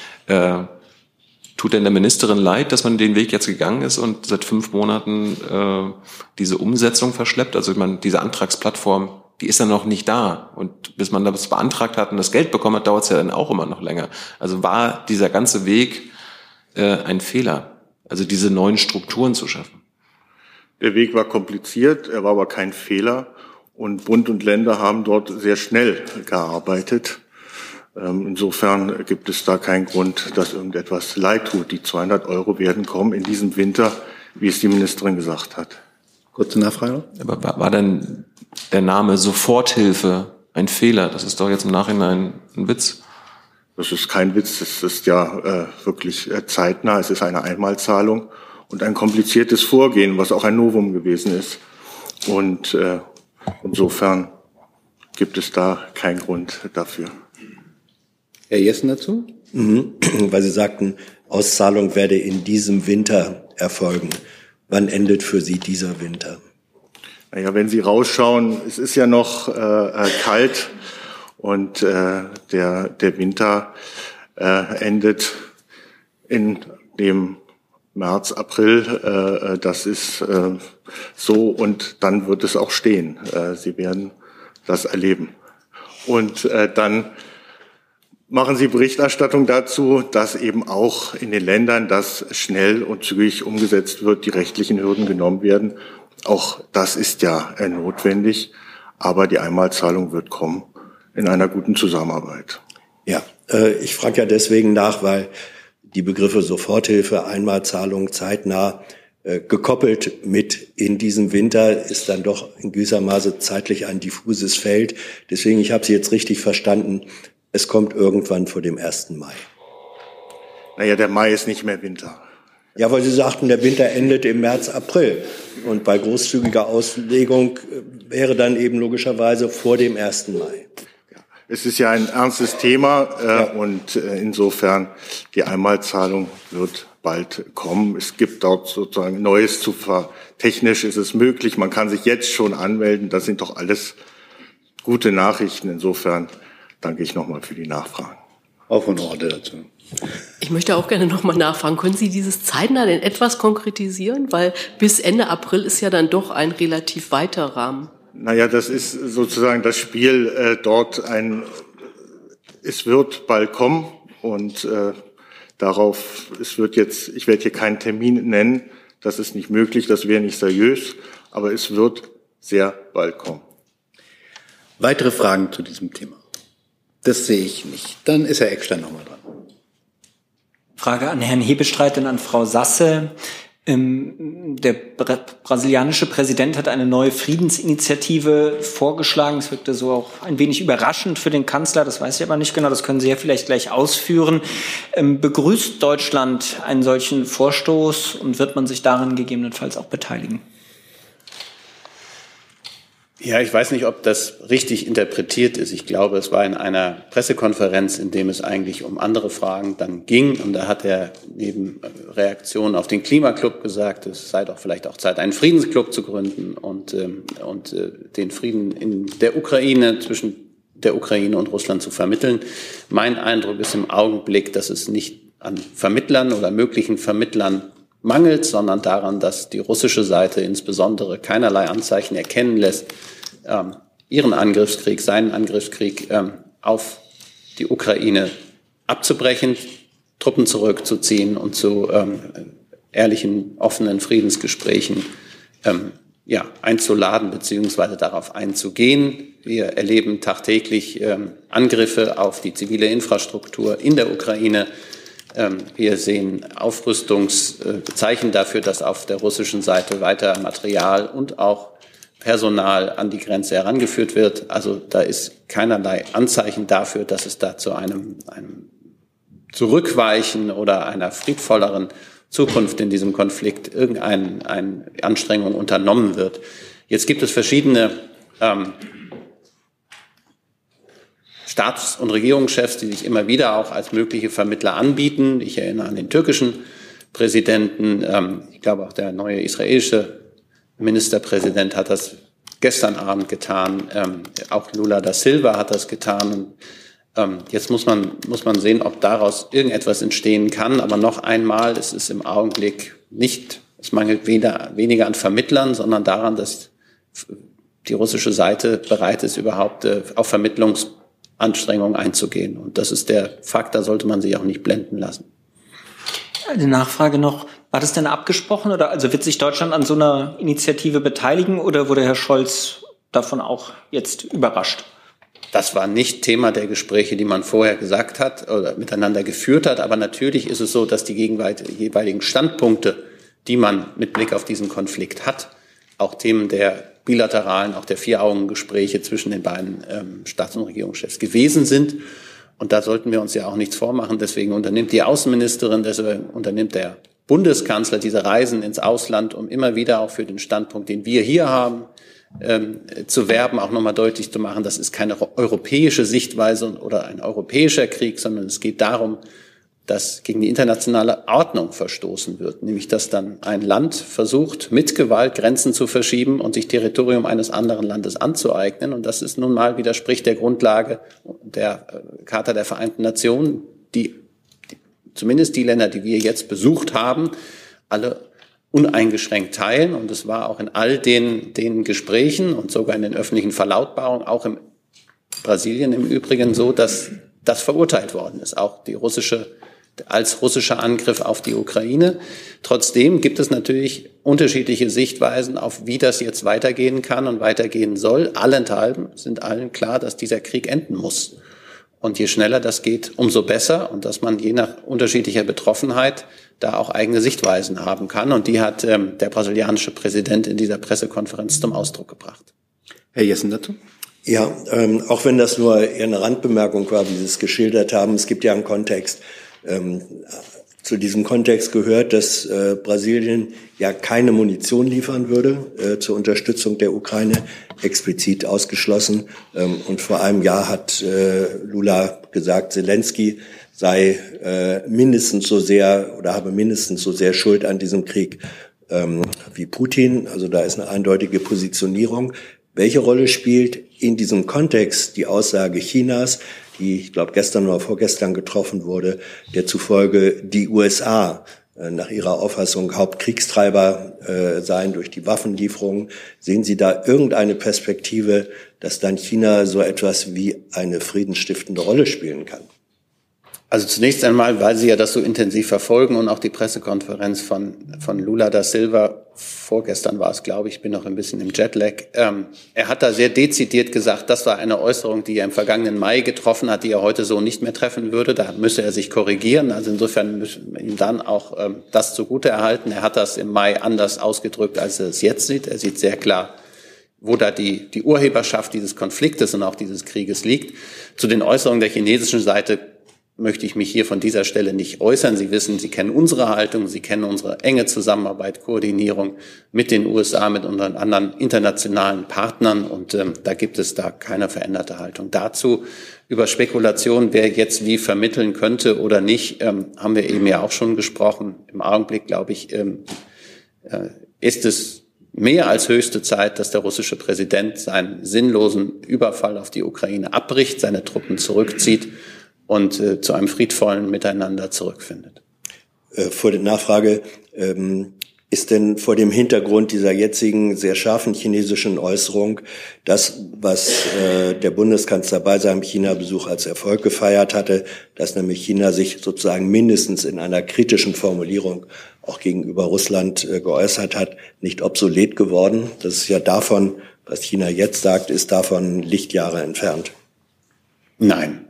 Tut denn der Ministerin leid, dass man den Weg jetzt gegangen ist und seit 5 Monaten diese Umsetzung verschleppt? Also ich meine, diese Antragsplattform, die ist dann noch nicht da. Und bis man das beantragt hat und das Geld bekommen hat, dauert es ja dann auch immer noch länger. Also war dieser ganze Weg ein Fehler, also diese neuen Strukturen zu schaffen? Der Weg war kompliziert, er war aber kein Fehler. Und Bund und Länder haben dort sehr schnell gearbeitet. Insofern gibt es da keinen Grund, dass irgendetwas leid tut. Die 200 € werden kommen in diesem Winter, wie es die Ministerin gesagt hat. Kurze Nachfrage. Aber war denn der Name Soforthilfe ein Fehler? Das ist doch jetzt im Nachhinein ein Witz. Das ist kein Witz, das ist ja wirklich zeitnah. Es ist eine Einmalzahlung und ein kompliziertes Vorgehen, was auch ein Novum gewesen ist. Und insofern gibt es da keinen Grund dafür. Herr Jessen dazu? Weil Sie sagten, Auszahlung werde in diesem Winter erfolgen. Wann endet für Sie dieser Winter? Naja, wenn Sie rausschauen, es ist ja noch kalt und der Winter endet in dem März, April. Das ist so und dann wird es auch stehen. Sie werden das erleben. Und dann machen Sie Berichterstattung dazu, dass eben auch in den Ländern das schnell und zügig umgesetzt wird, die rechtlichen Hürden genommen werden. Auch das ist ja notwendig, aber die Einmalzahlung wird kommen in einer guten Zusammenarbeit. Ja, ich frage ja deswegen nach, weil die Begriffe Soforthilfe, Einmalzahlung, zeitnah gekoppelt mit in diesem Winter ist dann doch in gewisser Maße zeitlich ein diffuses Feld. Deswegen, ich habe Sie jetzt richtig verstanden, es kommt irgendwann vor dem 1. Mai. Naja, der Mai ist nicht mehr Winter. Ja, weil Sie sagten, der Winter endet im März, April. Und bei großzügiger Auslegung wäre dann eben logischerweise vor dem 1. Mai. Es ist ja ein ernstes Thema und insofern die Einmalzahlung wird bald kommen. Es gibt dort sozusagen Neues technisch ist es möglich. Man kann sich jetzt schon anmelden. Das sind doch alles gute Nachrichten. Insofern danke ich nochmal für die Nachfragen. Auch von Orte dazu. Ich möchte auch gerne nochmal nachfragen. Können Sie dieses zeitnah denn etwas konkretisieren? Weil bis Ende April ist ja dann doch ein relativ weiter Rahmen. Naja, das ist sozusagen das Spiel dort es wird bald kommen und ich werde hier keinen Termin nennen, das ist nicht möglich, das wäre nicht seriös, aber es wird sehr bald kommen. Weitere Fragen zu diesem Thema? Das sehe ich nicht. Dann ist Herr Eckstein nochmal dran. Frage an Herrn Hebestreit und an Frau Sasse. Der brasilianische Präsident hat eine neue Friedensinitiative vorgeschlagen. Es wirkte so auch ein wenig überraschend für den Kanzler. Das weiß ich aber nicht genau. Das können Sie ja vielleicht gleich ausführen. Begrüßt Deutschland einen solchen Vorstoß und wird man sich daran gegebenenfalls auch beteiligen? Ja, ich weiß nicht, ob das richtig interpretiert ist. Ich glaube, es war in einer Pressekonferenz, in dem es eigentlich um andere Fragen dann ging. Und da hat er neben Reaktionen auf den Klimaclub gesagt, es sei doch vielleicht auch Zeit, einen Friedensclub zu gründen und den Frieden in der Ukraine, zwischen der Ukraine und Russland zu vermitteln. Mein Eindruck ist im Augenblick, dass es nicht an Vermittlern oder möglichen Vermittlern mangelt, sondern daran, dass die russische Seite insbesondere keinerlei Anzeichen erkennen lässt, ihren Angriffskrieg, seinen Angriffskrieg auf die Ukraine abzubrechen, Truppen zurückzuziehen und zu ehrlichen, offenen Friedensgesprächen einzuladen bzw. darauf einzugehen. Wir erleben tagtäglich Angriffe auf die zivile Infrastruktur in der Ukraine. Wir sehen Aufrüstungszeichen dafür, dass auf der russischen Seite weiter Material und auch Personal an die Grenze herangeführt wird. Also da ist keinerlei Anzeichen dafür, dass es da zu einem Zurückweichen oder einer friedvolleren Zukunft in diesem Konflikt irgendeine Anstrengung unternommen wird. Jetzt gibt es verschiedene Staats- und Regierungschefs, die sich immer wieder auch als mögliche Vermittler anbieten. Ich erinnere an den türkischen Präsidenten. Ich glaube, auch der neue israelische Ministerpräsident hat das gestern Abend getan. Auch Lula da Silva hat das getan. Jetzt muss man sehen, ob daraus irgendetwas entstehen kann. Aber noch einmal, es ist im Augenblick nicht, es mangelt weniger an Vermittlern, sondern daran, dass die russische Seite bereit ist, überhaupt auf Vermittlungsanstrengungen einzugehen. Und das ist der Fakt, da sollte man sich auch nicht blenden lassen. Eine Nachfrage noch. War das denn abgesprochen oder also wird sich Deutschland an so einer Initiative beteiligen oder wurde Herr Scholz davon auch jetzt überrascht? Das war nicht Thema der Gespräche, die man vorher gesagt hat oder miteinander geführt hat. Aber natürlich ist es so, dass die jeweiligen Standpunkte, die man mit Blick auf diesen Konflikt hat, auch Themen der bilateralen, auch der Vier-Augen-Gespräche zwischen den beiden Staats- und Regierungschefs gewesen sind. Und da sollten wir uns ja auch nichts vormachen. Deswegen unternimmt die Außenministerin, deswegen unternimmt der Bundeskanzler diese Reisen ins Ausland, um immer wieder auch für den Standpunkt, den wir hier haben, zu werben, auch nochmal deutlich zu machen, das ist keine europäische Sichtweise oder ein europäischer Krieg, sondern es geht darum, dass gegen die internationale Ordnung verstoßen wird, nämlich dass dann ein Land versucht, mit Gewalt Grenzen zu verschieben und sich Territorium eines anderen Landes anzueignen. Und das ist nun mal widerspricht der Grundlage der Charta der Vereinten Nationen, die zumindest die Länder, die wir jetzt besucht haben, alle uneingeschränkt teilen. Und es war auch in all den Gesprächen und sogar in den öffentlichen Verlautbarungen, auch in Brasilien im Übrigen so, dass das verurteilt worden ist, auch als russischer Angriff auf die Ukraine. Trotzdem gibt es natürlich unterschiedliche Sichtweisen auf, wie das jetzt weitergehen kann und weitergehen soll. Allenthalben sind allen klar, dass dieser Krieg enden muss. Und je schneller das geht, umso besser. Und dass man je nach unterschiedlicher Betroffenheit da auch eigene Sichtweisen haben kann. Und die hat der brasilianische Präsident in dieser Pressekonferenz zum Ausdruck gebracht. Herr Jessen dazu? Ja, auch wenn das nur eher eine Randbemerkung war, wie Sie es geschildert haben, es gibt ja einen Kontext. Zu diesem Kontext gehört, dass Brasilien ja keine Munition liefern würde zur Unterstützung der Ukraine, explizit ausgeschlossen. Und vor einem Jahr hat Lula gesagt, Zelensky sei mindestens so sehr oder habe mindestens so sehr Schuld an diesem Krieg wie Putin. Also da ist eine eindeutige Positionierung. Welche Rolle spielt in diesem Kontext die Aussage Chinas, die, ich glaube, gestern oder vorgestern getroffen wurde, der zufolge die USA nach Ihrer Auffassung Hauptkriegstreiber seien durch die Waffenlieferungen? Sehen Sie da irgendeine Perspektive, dass dann China so etwas wie eine friedensstiftende Rolle spielen kann? Also zunächst einmal, weil Sie ja das so intensiv verfolgen und auch die Pressekonferenz von Lula da Silva, vorgestern war es, glaube ich bin noch ein bisschen im Jetlag, er hat da sehr dezidiert gesagt, das war eine Äußerung, die er im vergangenen Mai getroffen hat, die er heute so nicht mehr treffen würde. Da müsse er sich korrigieren. Also insofern müssen wir ihm dann auch das zugute erhalten. Er hat das im Mai anders ausgedrückt, als er es jetzt sieht. Er sieht sehr klar, wo da die Urheberschaft dieses Konfliktes und auch dieses Krieges liegt. Zu den Äußerungen der chinesischen Seite möchte ich mich hier von dieser Stelle nicht äußern. Sie wissen, Sie kennen unsere Haltung, Sie kennen unsere enge Zusammenarbeit, Koordinierung mit den USA, mit unseren anderen internationalen Partnern und da gibt es da keine veränderte Haltung. Dazu über Spekulationen, wer jetzt wie vermitteln könnte oder nicht, haben wir eben ja auch schon gesprochen. Im Augenblick, glaube ich, ist es mehr als höchste Zeit, dass der russische Präsident seinen sinnlosen Überfall auf die Ukraine abbricht, seine Truppen zurückzieht und zu einem friedvollen Miteinander zurückfindet. Vor der Nachfrage, Ist denn vor dem Hintergrund dieser jetzigen sehr scharfen chinesischen Äußerung das, was der Bundeskanzler bei seinem China-Besuch als Erfolg gefeiert hatte, dass nämlich China sich sozusagen mindestens in einer kritischen Formulierung auch gegenüber Russland geäußert hat, nicht obsolet geworden? Das ist ja davon, was China jetzt sagt, ist davon Lichtjahre entfernt. Nein.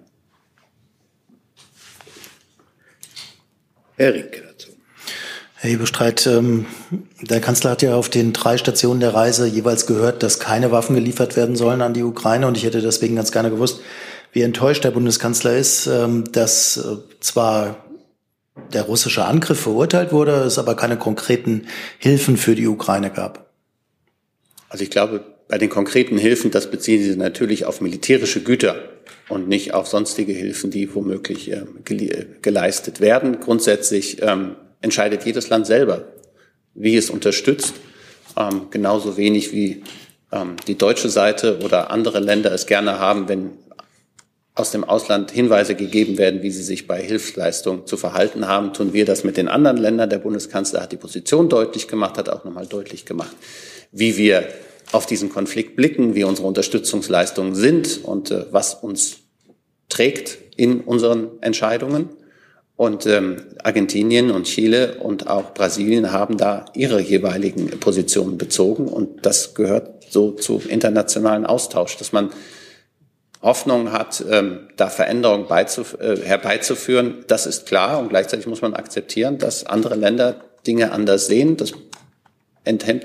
Herr Rinke dazu. Herr Hebestreit, der Kanzler hat ja auf den 3 Stationen der Reise jeweils gehört, dass keine Waffen geliefert werden sollen an die Ukraine. Und ich hätte deswegen ganz gerne gewusst, wie enttäuscht der Bundeskanzler ist, dass zwar der russische Angriff verurteilt wurde, es aber keine konkreten Hilfen für die Ukraine gab. Also ich glaube, bei den konkreten Hilfen, das beziehen Sie natürlich auf militärische Güter und nicht auf sonstige Hilfen, die womöglich geleistet werden. Grundsätzlich entscheidet jedes Land selber, wie es unterstützt. Genauso wenig wie die deutsche Seite oder andere Länder es gerne haben, wenn aus dem Ausland Hinweise gegeben werden, wie sie sich bei Hilfsleistungen zu verhalten haben, tun wir das mit den anderen Ländern. Der Bundeskanzler hat die Position deutlich gemacht, hat auch nochmal deutlich gemacht, wie wir auf diesen Konflikt blicken, wie unsere Unterstützungsleistungen sind und was uns trägt in unseren Entscheidungen. Und Argentinien und Chile und auch Brasilien haben da ihre jeweiligen Positionen bezogen. Und das gehört so zu internationalen Austausch, dass man Hoffnung hat, da Veränderungen herbeizuführen. Das ist klar. Und gleichzeitig muss man akzeptieren, dass andere Länder Dinge anders sehen. Das enthebt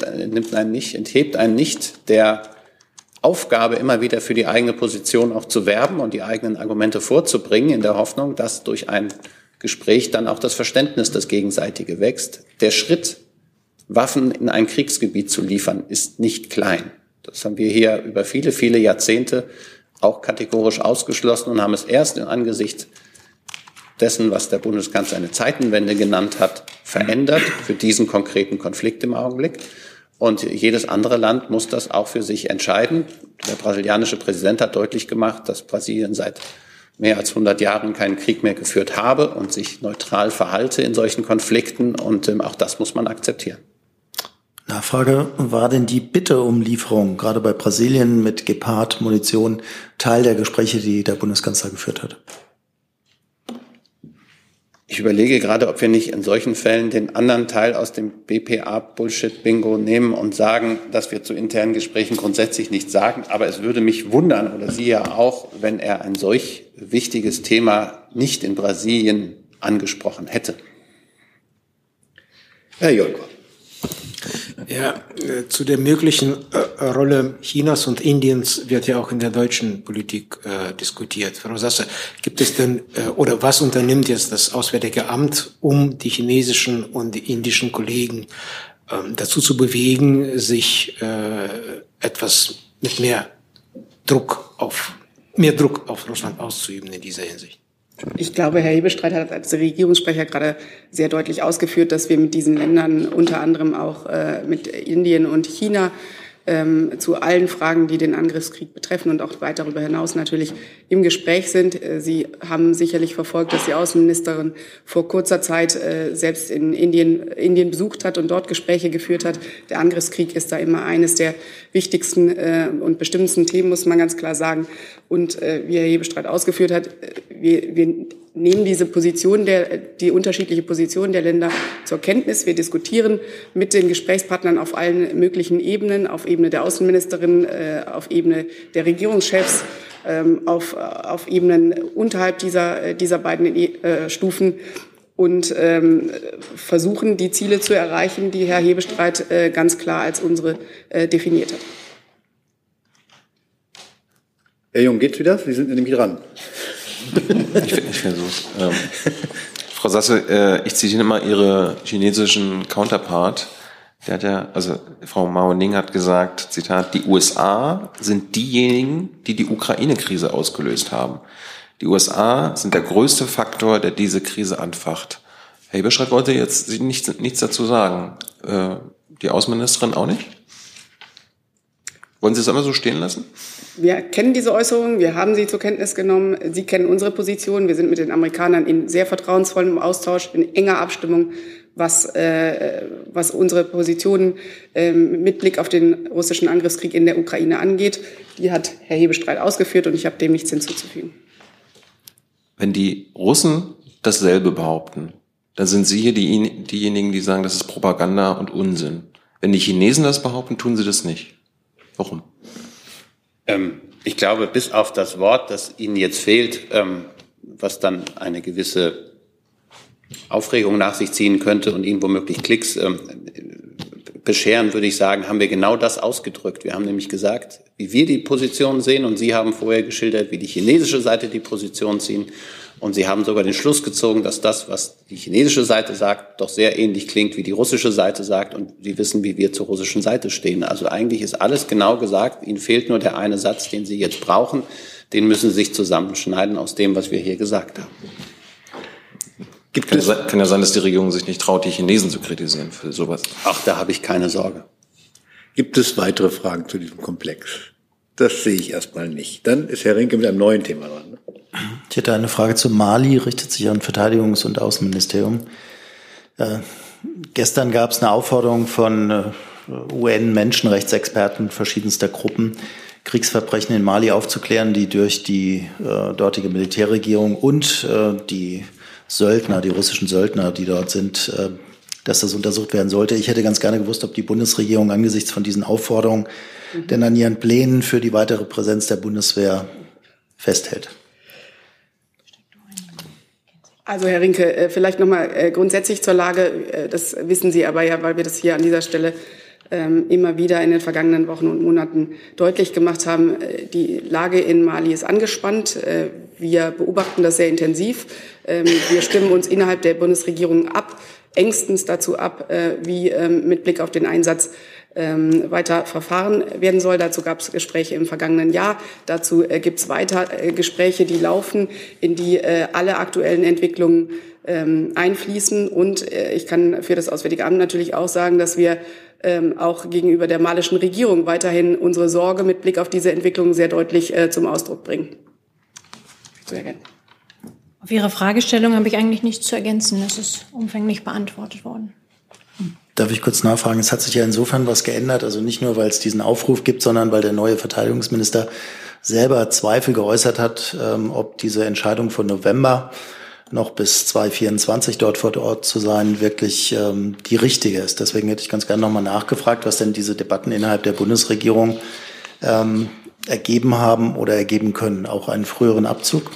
einen nicht der Aufgabe, immer wieder für die eigene Position auch zu werben und die eigenen Argumente vorzubringen, in der Hoffnung, dass durch ein Gespräch dann auch das Verständnis, das Gegenseitige wächst. Der Schritt, Waffen in ein Kriegsgebiet zu liefern, ist nicht klein. Das haben wir hier über viele, viele Jahrzehnte auch kategorisch ausgeschlossen und haben es erst im Angesicht dessen, was der Bundeskanzler eine Zeitenwende genannt hat, verändert für diesen konkreten Konflikt im Augenblick. Und jedes andere Land muss das auch für sich entscheiden. Der brasilianische Präsident hat deutlich gemacht, dass Brasilien seit mehr als 100 Jahren keinen Krieg mehr geführt habe und sich neutral verhalte in solchen Konflikten. Und auch das muss man akzeptieren. Nachfrage, war denn die Bitte um Lieferung, gerade bei Brasilien mit Gepard-Munition, Teil der Gespräche, die der Bundeskanzler geführt hat? Ich überlege gerade, ob wir nicht in solchen Fällen den anderen Teil aus dem BPA-Bullshit-Bingo nehmen und sagen, dass wir zu internen Gesprächen grundsätzlich nichts sagen. Aber es würde mich wundern, oder Sie ja auch, wenn er ein solch wichtiges Thema nicht in Brasilien angesprochen hätte. Herr Jolko. Ja, zu der möglichen Rolle Chinas und Indiens wird ja auch in der deutschen Politik diskutiert. Frau Sasse, gibt es denn, oder was unternimmt jetzt das Auswärtige Amt, um die chinesischen und die indischen Kollegen dazu zu bewegen, sich etwas mit mehr Druck auf Russland auszuüben in dieser Hinsicht? Ich glaube, Herr Hebestreit hat als Regierungssprecher gerade sehr deutlich ausgeführt, dass wir mit diesen Ländern, unter anderem auch mit Indien und China, zu allen Fragen, die den Angriffskrieg betreffen und auch weit darüber hinaus natürlich im Gespräch sind. Sie haben sicherlich verfolgt, dass die Außenministerin vor kurzer Zeit selbst in Indien besucht hat und dort Gespräche geführt hat. Der Angriffskrieg ist da immer eines der wichtigsten und bestimmendsten Themen, muss man ganz klar sagen. Und wie Herr Hebestreit ausgeführt hat, wir nehmen diese Position die unterschiedliche Position der Länder zur Kenntnis. Wir diskutieren mit den Gesprächspartnern auf allen möglichen Ebenen, auf Ebene der Außenministerin, auf Ebene der Regierungschefs, auf Ebenen unterhalb dieser beiden Stufen und versuchen, die Ziele zu erreichen, die Herr Hebestreit ganz klar als unsere definiert hat. Herr Jung, geht's wieder? Sie sind nämlich dran. Ich versuch's. Frau Sasse, ich zitiere mal Ihre chinesischen Counterpart. Der hat ja, also Frau Mao Ning hat gesagt, Zitat, die USA sind diejenigen, die die Ukraine-Krise ausgelöst haben. Die USA sind der größte Faktor, der diese Krise anfacht. Herr Hebestreit wollte jetzt nichts dazu sagen. Die Außenministerin auch nicht? Wollen Sie es einmal so stehen lassen? Wir kennen diese Äußerungen, wir haben sie zur Kenntnis genommen. Sie kennen unsere Position. Wir sind mit den Amerikanern in sehr vertrauensvollem Austausch, in enger Abstimmung was unsere Positionen mit Blick auf den russischen Angriffskrieg in der Ukraine angeht. Die hat Herr Hebestreit ausgeführt und ich habe dem nichts hinzuzufügen. Wenn die Russen dasselbe behaupten, dann sind Sie hier diejenigen, die sagen, das ist Propaganda und Unsinn. Wenn die Chinesen das behaupten, tun sie das nicht. Warum? Ich glaube, bis auf das Wort, das Ihnen jetzt fehlt, was dann eine gewisse Aufregung nach sich ziehen könnte und Ihnen womöglich Klicks bescheren, würde ich sagen, haben wir genau das ausgedrückt. Wir haben nämlich gesagt, wie wir die Position sehen, und Sie haben vorher geschildert, wie die chinesische Seite die Position ziehen. Und Sie haben sogar den Schluss gezogen, dass das, was die chinesische Seite sagt, doch sehr ähnlich klingt, wie die russische Seite sagt. Und Sie wissen, wie wir zur russischen Seite stehen. Also eigentlich ist alles genau gesagt. Ihnen fehlt nur der eine Satz, den Sie jetzt brauchen. Den müssen Sie sich zusammenschneiden aus dem, was wir hier gesagt haben. Kann ja sein, dass die Regierung sich nicht traut, die Chinesen zu kritisieren für sowas. Ach, da habe ich keine Sorge. Gibt es weitere Fragen zu diesem Komplex? Das sehe ich erstmal nicht. Dann ist Herr Rinke mit einem neuen Thema dran. Ich hätte eine Frage zu Mali, richtet sich an Verteidigungs- und Außenministerium. Gestern gab es eine Aufforderung von UN-Menschenrechtsexperten verschiedenster Gruppen, Kriegsverbrechen in Mali aufzuklären, die durch die dortige Militärregierung und die Söldner, die russischen Söldner, die dort sind, dass das untersucht werden sollte. Ich hätte ganz gerne gewusst, ob die Bundesregierung angesichts von diesen Aufforderungen denn an ihren Plänen für die weitere Präsenz der Bundeswehr festhält. Also Herr Rinke, vielleicht nochmal grundsätzlich zur Lage. Das wissen Sie aber ja, weil wir das hier an dieser Stelle immer wieder in den vergangenen Wochen und Monaten deutlich gemacht haben. Die Lage in Mali ist angespannt. Wir beobachten das sehr intensiv. Wir stimmen uns innerhalb der Bundesregierung engstens dazu ab, wie mit Blick auf den Einsatz weiter verfahren werden soll. Dazu gab es Gespräche im vergangenen Jahr. Dazu gibt es weiter Gespräche, die laufen, in die alle aktuellen Entwicklungen einfließen. Und ich kann für das Auswärtige Amt natürlich auch sagen, dass wir auch gegenüber der malischen Regierung weiterhin unsere Sorge mit Blick auf diese Entwicklungen sehr deutlich zum Ausdruck bringen. Sehr gerne. Auf Ihre Fragestellung habe ich eigentlich nichts zu ergänzen. Das ist umfänglich beantwortet worden. Darf ich kurz nachfragen? Es hat sich ja insofern was geändert, also nicht nur, weil es diesen Aufruf gibt, sondern weil der neue Verteidigungsminister selber Zweifel geäußert hat, ob diese Entscheidung von November noch bis 2024 dort vor Ort zu sein, wirklich die richtige ist. Deswegen hätte ich ganz gerne nochmal nachgefragt, was denn diese Debatten innerhalb der Bundesregierung ergeben haben oder ergeben können. Auch einen früheren Abzug?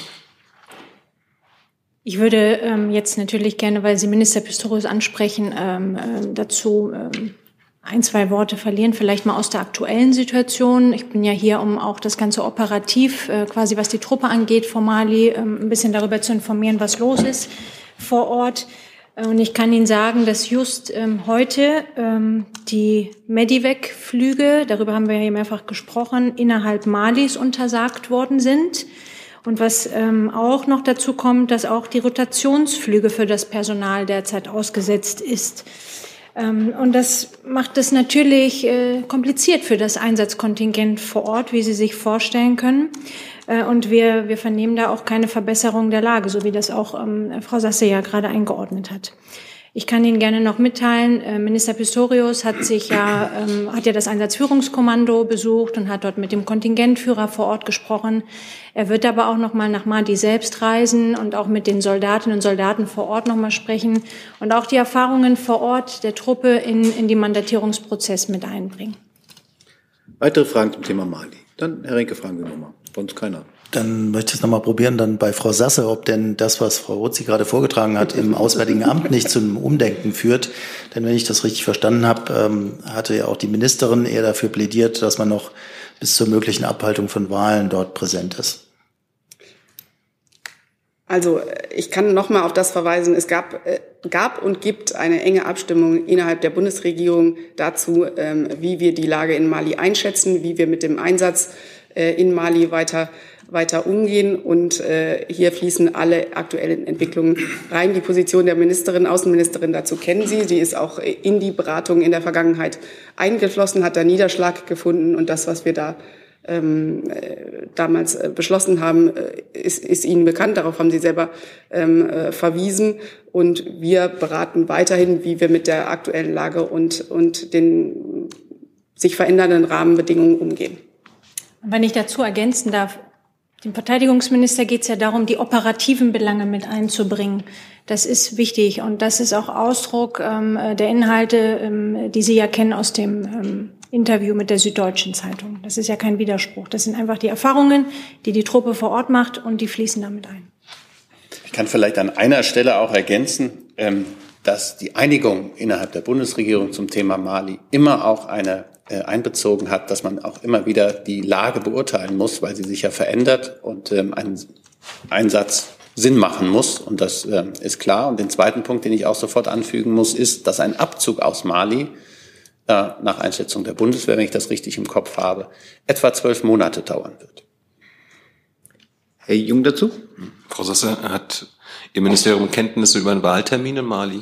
Ich würde jetzt natürlich gerne, weil Sie Minister Pistorius ansprechen, dazu ein, zwei Worte verlieren, vielleicht mal aus der aktuellen Situation. Ich bin ja hier, um auch das Ganze operativ, quasi was die Truppe angeht, vor Mali, ein bisschen darüber zu informieren, was los ist vor Ort. Und ich kann Ihnen sagen, dass just heute die Medivac-Flüge, darüber haben wir ja mehrfach gesprochen, innerhalb Malis untersagt worden sind. Und was auch noch dazu kommt, dass auch die Rotationsflüge für das Personal derzeit ausgesetzt ist. Und das macht es natürlich kompliziert für das Einsatzkontingent vor Ort, wie Sie sich vorstellen können. Und wir vernehmen da auch keine Verbesserung der Lage, so wie das auch Frau Sasse ja gerade eingeordnet hat. Ich kann Ihnen gerne noch mitteilen, Minister Pistorius hat ja das Einsatzführungskommando besucht und hat dort mit dem Kontingentführer vor Ort gesprochen. Er wird aber auch noch mal nach Mali selbst reisen und auch mit den Soldatinnen und Soldaten vor Ort noch mal sprechen und auch die Erfahrungen vor Ort der Truppe in den Mandatierungsprozess mit einbringen. Weitere Fragen zum Thema Mali? Dann, Herr Rinke, fragen Sie nochmal. Sonst keiner. Dann möchte ich es nochmal probieren, dann bei Frau Sasse, ob denn das, was Frau Ruzzi gerade vorgetragen hat, im Auswärtigen Amt nicht zum Umdenken führt. Denn wenn ich das richtig verstanden habe, hatte ja auch die Ministerin eher dafür plädiert, dass man noch bis zur möglichen Abhaltung von Wahlen dort präsent ist. Also ich kann noch mal auf das verweisen, es gab und gibt eine enge Abstimmung innerhalb der Bundesregierung dazu, wie wir die Lage in Mali einschätzen, wie wir mit dem Einsatz in Mali weiter umgehen. Und hier fließen alle aktuellen Entwicklungen rein. Die Position der Außenministerin dazu kennen Sie. Die ist auch in die Beratung in der Vergangenheit eingeflossen, hat da Niederschlag gefunden. Und das, was wir da damals beschlossen haben, ist Ihnen bekannt. Darauf haben Sie selber verwiesen. Und wir beraten weiterhin, wie wir mit der aktuellen Lage und den sich verändernden Rahmenbedingungen umgehen. Wenn ich dazu ergänzen darf, dem Verteidigungsminister geht es ja darum, die operativen Belange mit einzubringen. Das ist wichtig und das ist auch Ausdruck der Inhalte, die Sie ja kennen aus dem Interview mit der Süddeutschen Zeitung. Das ist ja kein Widerspruch. Das sind einfach die Erfahrungen, die die Truppe vor Ort macht und die fließen damit ein. Ich kann vielleicht an einer Stelle auch ergänzen, dass die Einigung innerhalb der Bundesregierung zum Thema Mali immer auch eine einbezogen hat, dass man auch immer wieder die Lage beurteilen muss, weil sie sich ja verändert und ein Einsatz Sinn machen muss. Und das ist klar. Und den zweiten Punkt, den ich auch sofort anfügen muss, ist, dass ein Abzug aus Mali nach Einschätzung der Bundeswehr, wenn ich das richtig im Kopf habe, etwa 12 Monate dauern wird. Herr Jung dazu? Frau Sasse, hat Ihr Ministerium Kenntnisse über einen Wahltermin in Mali?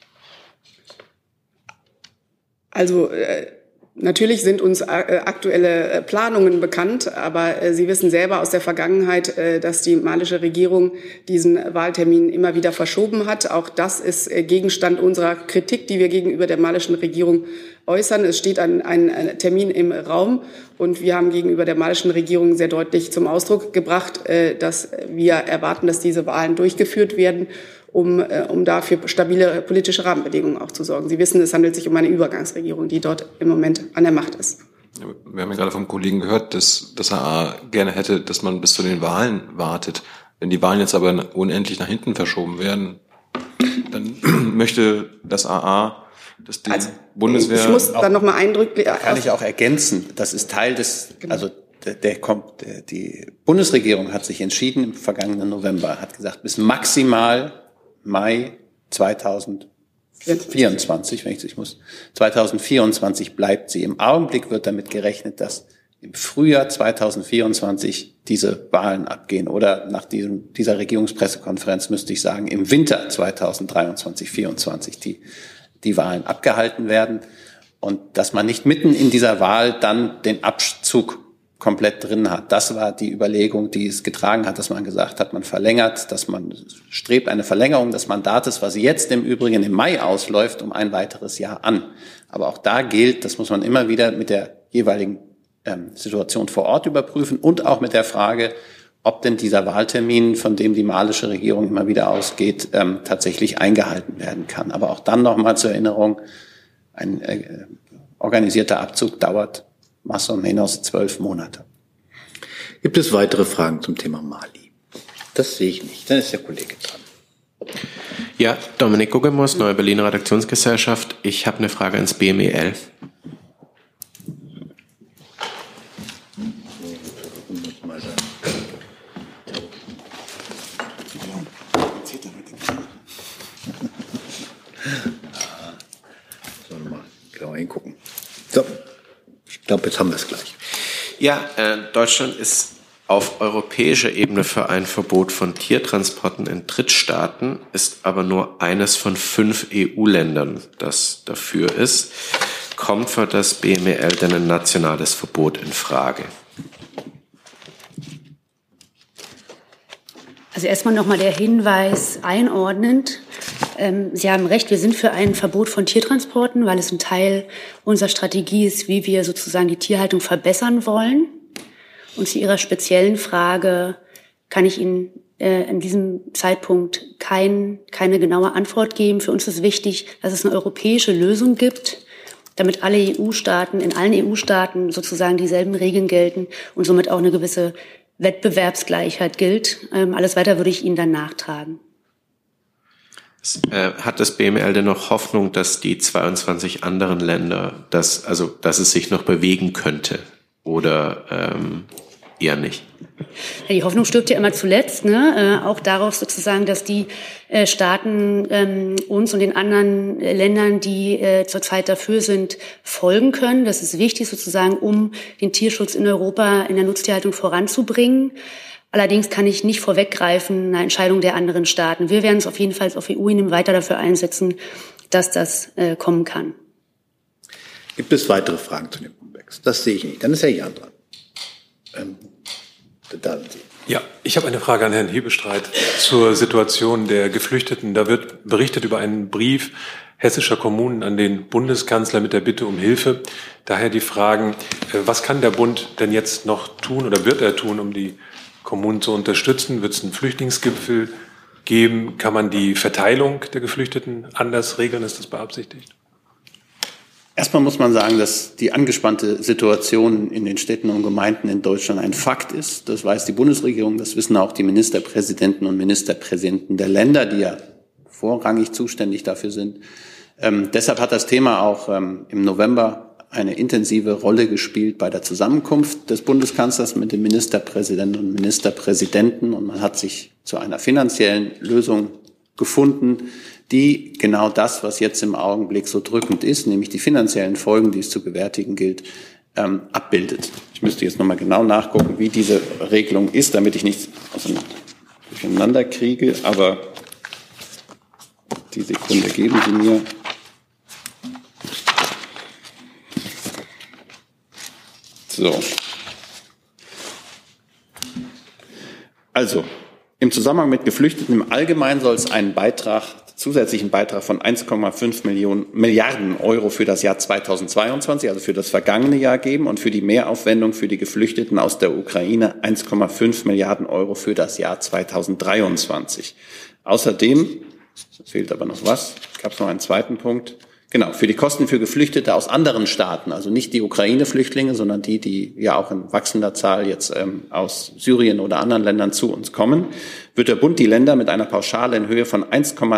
Also natürlich sind uns aktuelle Planungen bekannt, aber Sie wissen selber aus der Vergangenheit, dass die malische Regierung diesen Wahltermin immer wieder verschoben hat. Auch das ist Gegenstand unserer Kritik, die wir gegenüber der malischen Regierung äußern. Es steht ein Termin im Raum und wir haben gegenüber der malischen Regierung sehr deutlich zum Ausdruck gebracht, dass wir erwarten, dass diese Wahlen durchgeführt werden, um dafür stabile politische Rahmenbedingungen auch zu sorgen. Sie wissen, es handelt sich um eine Übergangsregierung, die dort im Moment an der Macht ist. Wir haben ja gerade vom Kollegen gehört, dass das AA gerne hätte, dass man bis zu den Wahlen wartet. Wenn die Wahlen jetzt aber unendlich nach hinten verschoben werden, dann möchte das AA, dass die Bundeswehr... Ich muss dann noch mal eindrücklich... Kann ich auch ergänzen. Das ist Teil des... Also die Bundesregierung hat sich entschieden im vergangenen November, hat gesagt, bis maximal Mai 2024, 2024 bleibt sie. Im Augenblick wird damit gerechnet, dass im Frühjahr 2024 diese Wahlen abgehen. Oder nach dieser Regierungspressekonferenz müsste ich sagen, im Winter 2023, 2024 die Wahlen abgehalten werden. Und dass man nicht mitten in dieser Wahl dann den Abzug komplett drin hat. Das war die Überlegung, die es getragen hat, dass man gesagt hat, man verlängert, dass man strebt eine Verlängerung des Mandates, was jetzt im Übrigen im Mai ausläuft, um ein weiteres Jahr an. Aber auch da gilt, das muss man immer wieder mit der jeweiligen Situation vor Ort überprüfen und auch mit der Frage, ob denn dieser Wahltermin, von dem die malische Regierung immer wieder ausgeht, tatsächlich eingehalten werden kann. Aber auch dann nochmal zur Erinnerung, ein organisierter Abzug dauert más o menos 12 Monate. Gibt es weitere Fragen zum Thema Mali? Das sehe ich nicht. Dann ist der Kollege dran. Ja, Dominik Guggemus, Neue Berliner Redaktionsgesellschaft. Ich habe eine Frage ans BMEL. Sollen wir mal genau hingucken. So. Ich glaube, jetzt haben wir es gleich. Ja, Deutschland ist auf europäischer Ebene für ein Verbot von Tiertransporten in Drittstaaten, ist aber nur eines von 5 EU-Ländern, das dafür ist. Kommt für das BMEL denn ein nationales Verbot in Frage? Also erstmal nochmal der Hinweis einordnend. Sie haben recht, wir sind für ein Verbot von Tiertransporten, weil es ein Teil unserer Strategie ist, wie wir sozusagen die Tierhaltung verbessern wollen. Und zu Ihrer speziellen Frage kann ich Ihnen in diesem Zeitpunkt keine genaue Antwort geben. Für uns ist wichtig, dass es eine europäische Lösung gibt, damit alle EU-Staaten, in allen EU-Staaten sozusagen dieselben Regeln gelten und somit auch eine gewisse Wettbewerbsgleichheit gilt. Alles weiter würde ich Ihnen dann nachtragen. Hat das BML denn noch Hoffnung, dass die 22 anderen Länder, dass es sich noch bewegen könnte oder eher nicht? Ja, die Hoffnung stirbt ja immer zuletzt, ne? Auch darauf sozusagen, dass die Staaten uns und den anderen Ländern, die zurzeit dafür sind, folgen können. Das ist wichtig sozusagen, um den Tierschutz in Europa in der Nutztierhaltung voranzubringen. Allerdings kann ich nicht vorweggreifen eine Entscheidung der anderen Staaten. Wir werden uns auf jeden Fall auf EU-Ebene weiter dafür einsetzen, dass das kommen kann. Gibt es weitere Fragen zu dem Komplex? Das sehe ich nicht. Dann ist Herr Jahn dran. Ja, ich habe eine Frage an Herrn Hebestreit zur Situation der Geflüchteten. Da wird berichtet über einen Brief hessischer Kommunen an den Bundeskanzler mit der Bitte um Hilfe. Daher die Fragen, was kann der Bund denn jetzt noch tun oder wird er tun, um die Kommunen zu unterstützen? Wird es einen Flüchtlingsgipfel geben? Kann man die Verteilung der Geflüchteten anders regeln? Ist das beabsichtigt? Erstmal muss man sagen, dass die angespannte Situation in den Städten und Gemeinden in Deutschland ein Fakt ist. Das weiß die Bundesregierung, das wissen auch die Ministerpräsidenten und Ministerpräsidenten der Länder, die ja vorrangig zuständig dafür sind. Deshalb hat das Thema auch im November eine intensive Rolle gespielt bei der Zusammenkunft des Bundeskanzlers mit den Ministerpräsidenten und Ministerpräsidenten. Und man hat sich zu einer finanziellen Lösung gefunden, die genau das, was jetzt im Augenblick so drückend ist, nämlich die finanziellen Folgen, die es zu gewärtigen gilt, abbildet. Ich müsste jetzt nochmal genau nachgucken, wie diese Regelung ist, damit ich nichts durcheinander kriege, aber die Sekunde geben Sie mir. So. Also, im Zusammenhang mit Geflüchteten im Allgemeinen soll es einen zusätzlichen Beitrag von 1,5 Milliarden Euro für das Jahr 2022, also für das vergangene Jahr geben und für die Mehraufwendung für die Geflüchteten aus der Ukraine 1,5 Milliarden Euro für das Jahr 2023. Außerdem, es fehlt aber noch was, gab es noch einen zweiten Punkt, genau, für die Kosten für Geflüchtete aus anderen Staaten, also nicht die Ukraine-Flüchtlinge, sondern die ja auch in wachsender Zahl jetzt aus Syrien oder anderen Ländern zu uns kommen, wird der Bund die Länder mit einer Pauschale in Höhe von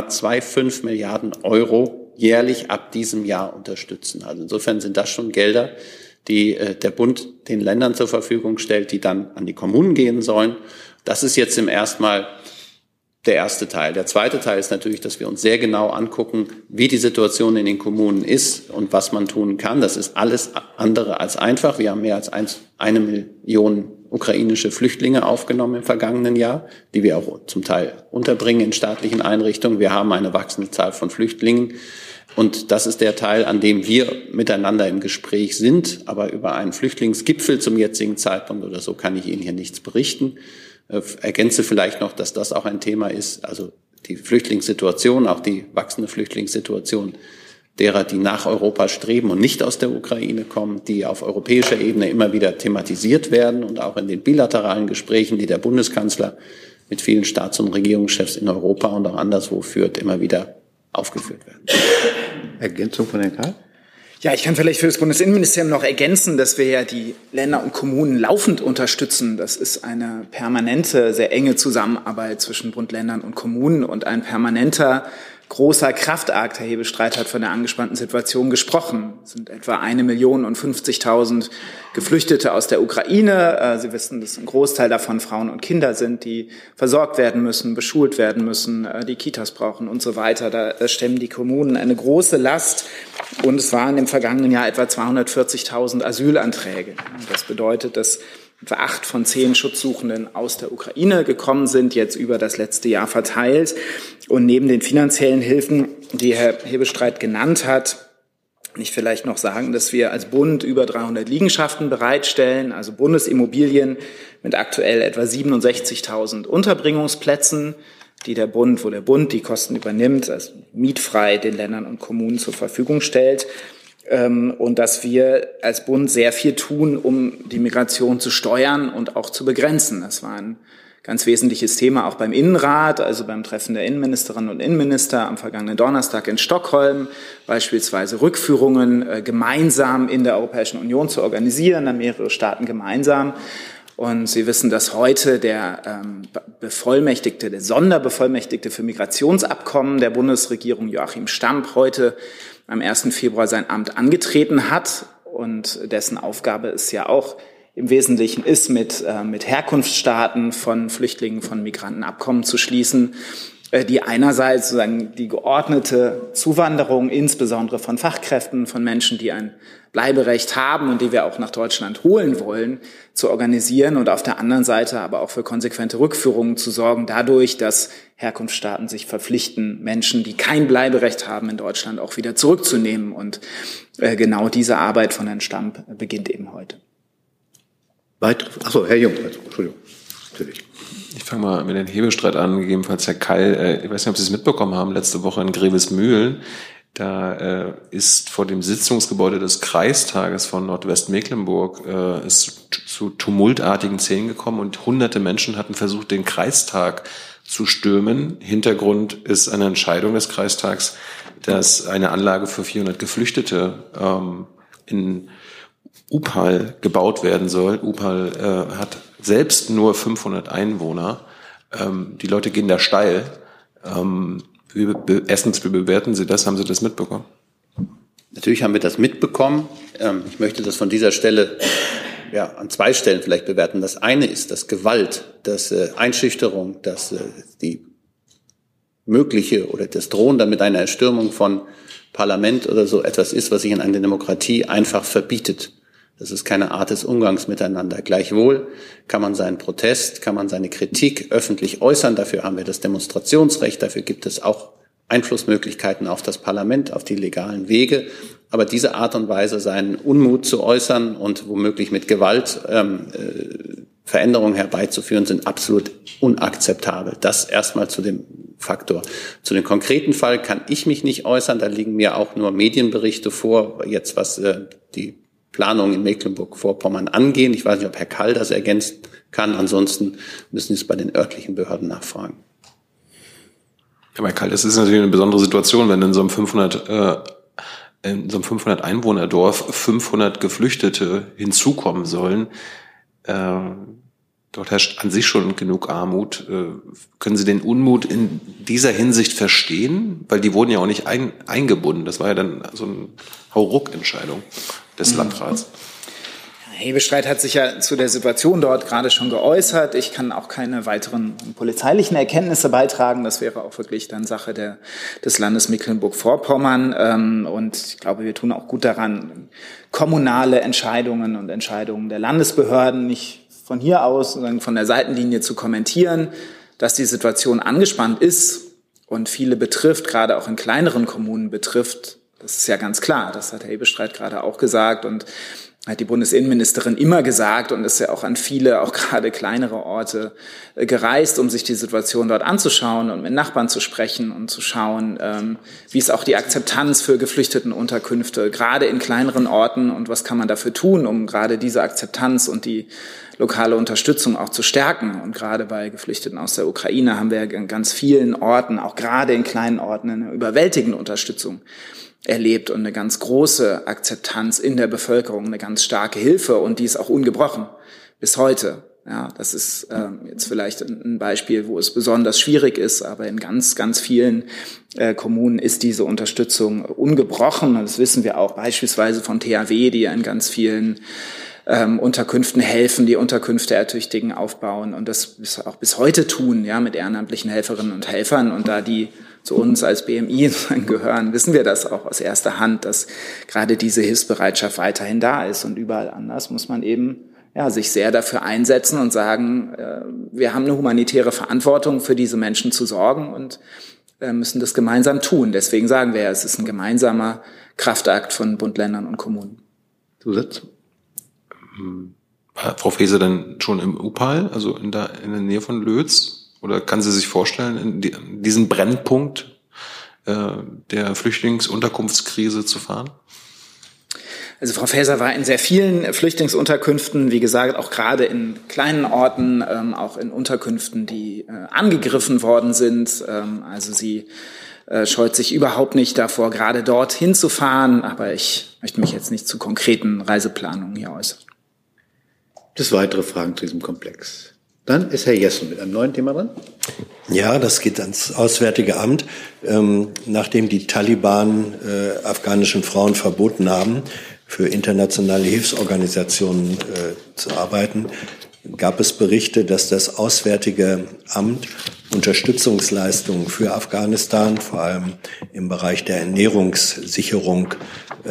1,25 Milliarden Euro jährlich ab diesem Jahr unterstützen. Also insofern sind das schon Gelder, die der Bund den Ländern zur Verfügung stellt, die dann an die Kommunen gehen sollen. Das ist jetzt im erstmal der erste Teil. Der zweite Teil ist natürlich, dass wir uns sehr genau angucken, wie die Situation in den Kommunen ist und was man tun kann. Das ist alles andere als einfach. Wir haben mehr als 1 Million ukrainische Flüchtlinge aufgenommen im vergangenen Jahr, die wir auch zum Teil unterbringen in staatlichen Einrichtungen. Wir haben eine wachsende Zahl von Flüchtlingen. Und das ist der Teil, an dem wir miteinander im Gespräch sind. Aber über einen Flüchtlingsgipfel zum jetzigen Zeitpunkt oder so kann ich Ihnen hier nichts berichten. Ergänze vielleicht noch, dass das auch ein Thema ist, also die Flüchtlingssituation, auch die wachsende Flüchtlingssituation derer, die nach Europa streben und nicht aus der Ukraine kommen, die auf europäischer Ebene immer wieder thematisiert werden und auch in den bilateralen Gesprächen, die der Bundeskanzler mit vielen Staats- und Regierungschefs in Europa und auch anderswo führt, immer wieder aufgeführt werden. Ergänzung von Herrn Karl? Ja, ich kann vielleicht für das Bundesinnenministerium noch ergänzen, dass wir ja die Länder und Kommunen laufend unterstützen. Das ist eine permanente, sehr enge Zusammenarbeit zwischen Bund, Ländern und Kommunen und ein permanenter großer Kraftakt. Herr Hebestreit hat von der angespannten Situation gesprochen. Es sind etwa 1.050.000 Geflüchtete aus der Ukraine. Sie wissen, dass ein Großteil davon Frauen und Kinder sind, die versorgt werden müssen, beschult werden müssen, die Kitas brauchen und so weiter. Da stemmen die Kommunen eine große Last. Und es waren im vergangenen Jahr etwa 240.000 Asylanträge. Das bedeutet, dass etwa 8 von 10 Schutzsuchenden aus der Ukraine gekommen sind, jetzt über das letzte Jahr verteilt. Und neben den finanziellen Hilfen, die Herr Hebestreit genannt hat, kann ich vielleicht noch sagen, dass wir als Bund über 300 Liegenschaften bereitstellen, also Bundesimmobilien mit aktuell etwa 67.000 Unterbringungsplätzen, wo der Bund die Kosten übernimmt, also mietfrei den Ländern und Kommunen zur Verfügung stellt. Und dass wir als Bund sehr viel tun, um die Migration zu steuern und auch zu begrenzen. Das war ein ganz wesentliches Thema auch beim Innenrat, also beim Treffen der Innenministerinnen und Innenminister am vergangenen Donnerstag in Stockholm, beispielsweise Rückführungen gemeinsam in der Europäischen Union zu organisieren, dann mehrere Staaten gemeinsam. Und Sie wissen, dass heute der Sonderbevollmächtigte für Migrationsabkommen der Bundesregierung, Joachim Stamp, heute am 1. Februar sein Amt angetreten hat und dessen Aufgabe es ja auch im Wesentlichen ist, mit Herkunftsstaaten von Flüchtlingen, von Migranten Abkommen zu schließen, die einerseits sozusagen die geordnete Zuwanderung, insbesondere von Fachkräften, von Menschen, die ein Bleiberecht haben und die wir auch nach Deutschland holen wollen, zu organisieren und auf der anderen Seite aber auch für konsequente Rückführungen zu sorgen, dadurch, dass Herkunftsstaaten sich verpflichten, Menschen, die kein Bleiberecht haben in Deutschland, auch wieder zurückzunehmen. Und genau diese Arbeit von Herrn Stamp beginnt eben heute. Achso, Herr Jung, Entschuldigung. Natürlich. Ich fange mal mit dem Hebestreit an, gegebenenfalls Herr Keil. Ich weiß nicht, ob Sie es mitbekommen haben, letzte Woche in Grevesmühlen. Da ist vor dem Sitzungsgebäude des Kreistages von Nordwestmecklenburg ist zu tumultartigen Szenen gekommen und hunderte Menschen hatten versucht, den Kreistag zu stürmen. Hintergrund ist eine Entscheidung des Kreistags, dass eine Anlage für 400 Geflüchtete in Upal gebaut werden soll. Upal hat selbst nur 500 Einwohner. Die Leute gehen da steil. Erstens, wie bewerten Sie das? Haben Sie das mitbekommen? Natürlich haben wir das mitbekommen. Ich möchte das von dieser Stelle an zwei Stellen vielleicht bewerten. Das eine ist, dass Gewalt, dass Einschüchterung, dass die mögliche oder das Drohen dann mit einer Erstürmung von Parlament oder so etwas ist, was sich in einer Demokratie einfach verbietet. Das ist keine Art des Umgangs miteinander. Gleichwohl kann man seinen Protest, kann man seine Kritik öffentlich äußern. Dafür haben wir das Demonstrationsrecht. Dafür gibt es auch Einflussmöglichkeiten auf das Parlament, auf die legalen Wege. Aber diese Art und Weise, seinen Unmut zu äußern und womöglich mit Gewalt Veränderungen herbeizuführen, sind absolut unakzeptabel. Das erstmal zu dem Faktor. Zu dem konkreten Fall kann ich mich nicht äußern. Da liegen mir auch nur Medienberichte vor, jetzt was die Planungen in Mecklenburg-Vorpommern angehen. Ich weiß nicht, ob Herr Kall das ergänzen kann. Ansonsten müssen Sie es bei den örtlichen Behörden nachfragen. Ja, Herr Kall, das ist natürlich eine besondere Situation, wenn in so einem 500 Einwohnerdorf 500 Geflüchtete hinzukommen sollen. Dort herrscht an sich schon genug Armut. Können Sie den Unmut in dieser Hinsicht verstehen? Weil die wurden ja auch nicht eingebunden. Das war ja dann so eine Hauruck-Entscheidung des Landrats. Herr Hebestreit hat sich ja zu der Situation dort gerade schon geäußert. Ich kann auch keine weiteren polizeilichen Erkenntnisse beitragen. Das wäre auch wirklich dann Sache des Landes Mecklenburg-Vorpommern. Und ich glaube, wir tun auch gut daran, kommunale Entscheidungen und Entscheidungen der Landesbehörden nicht von hier aus, sondern von der Seitenlinie zu kommentieren, dass die Situation angespannt ist und viele betrifft, gerade auch in kleineren Kommunen betrifft. Das ist ja ganz klar. Das hat Herr Hebestreit gerade auch gesagt und hat die Bundesinnenministerin immer gesagt und ist ja auch an viele, auch gerade kleinere Orte gereist, um sich die Situation dort anzuschauen und mit Nachbarn zu sprechen und zu schauen, wie ist auch die Akzeptanz für Geflüchtetenunterkünfte, gerade in kleineren Orten und was kann man dafür tun, um gerade diese Akzeptanz und die lokale Unterstützung auch zu stärken. Und gerade bei Geflüchteten aus der Ukraine haben wir in ganz vielen Orten, auch gerade in kleinen Orten, eine überwältigende Unterstützung erlebt und eine ganz große Akzeptanz in der Bevölkerung, eine ganz starke Hilfe und die ist auch ungebrochen bis heute. Ja, das ist jetzt vielleicht ein Beispiel, wo es besonders schwierig ist, aber in ganz, ganz vielen Kommunen ist diese Unterstützung ungebrochen und das wissen wir auch beispielsweise von THW, die ja in ganz vielen Unterkünften helfen, die Unterkünfte ertüchtigen, aufbauen und das auch bis heute tun, ja, mit ehrenamtlichen Helferinnen und Helfern und da die zu uns als BMI gehören, wissen wir das auch aus erster Hand, dass gerade diese Hilfsbereitschaft weiterhin da ist und überall anders muss man eben sich sehr dafür einsetzen und sagen, wir haben eine humanitäre Verantwortung für diese Menschen zu sorgen und müssen das gemeinsam tun. Deswegen sagen wir ja, es ist ein gemeinsamer Kraftakt von Bund, Ländern und Kommunen. Zusatz? War Frau Faeser denn schon im Upal, also in der Nähe von Lötz? Oder kann sie sich vorstellen, in diesen Brennpunkt der Flüchtlingsunterkunftskrise zu fahren? Also Frau Faeser war in sehr vielen Flüchtlingsunterkünften, wie gesagt, auch gerade in kleinen Orten, auch in Unterkünften, die angegriffen worden sind. Also sie scheut sich überhaupt nicht davor, gerade dorthin zu fahren. Aber ich möchte mich jetzt nicht zu konkreten Reiseplanungen hier äußern. Das weitere Fragen zu diesem Komplex. Dann ist Herr Jessen mit einem neuen Thema dran. Ja, das geht ans Auswärtige Amt. Nachdem die Taliban afghanischen Frauen verboten haben, für internationale Hilfsorganisationen zu arbeiten, gab es Berichte, dass das Auswärtige Amt Unterstützungsleistungen für Afghanistan, vor allem im Bereich der Ernährungssicherung,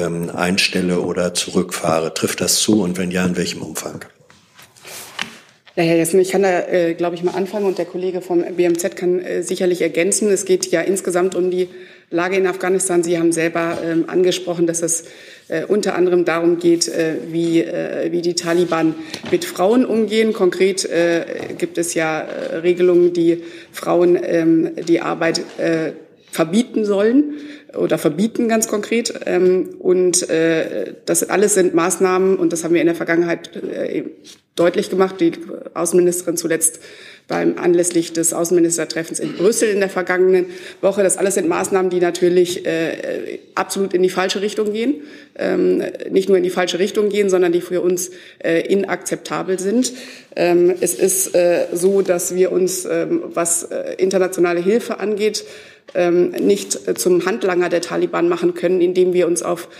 einstelle oder zurückfahre. Trifft das zu und wenn ja, in welchem Umfang? Ja, Herr Jessen, ich kann da, glaube ich, mal anfangen und der Kollege vom BMZ kann sicherlich ergänzen. Es geht ja insgesamt um die Lage in Afghanistan. Sie haben selber angesprochen, dass es unter anderem darum geht, wie die Taliban mit Frauen umgehen. Konkret gibt es ja Regelungen, die Frauen die Arbeit verbieten sollen oder verbieten ganz konkret. Und das alles sind Maßnahmen, und das haben wir in der Vergangenheit deutlich gemacht, die Außenministerin zuletzt anlässlich des Außenministertreffens in Brüssel in der vergangenen Woche. Das alles sind Maßnahmen, die natürlich absolut in die falsche Richtung gehen. Nicht nur in die falsche Richtung gehen, sondern die für uns inakzeptabel sind. Es ist so, dass wir uns, was internationale Hilfe angeht, nicht zum Handlanger der Taliban machen können, indem wir uns auf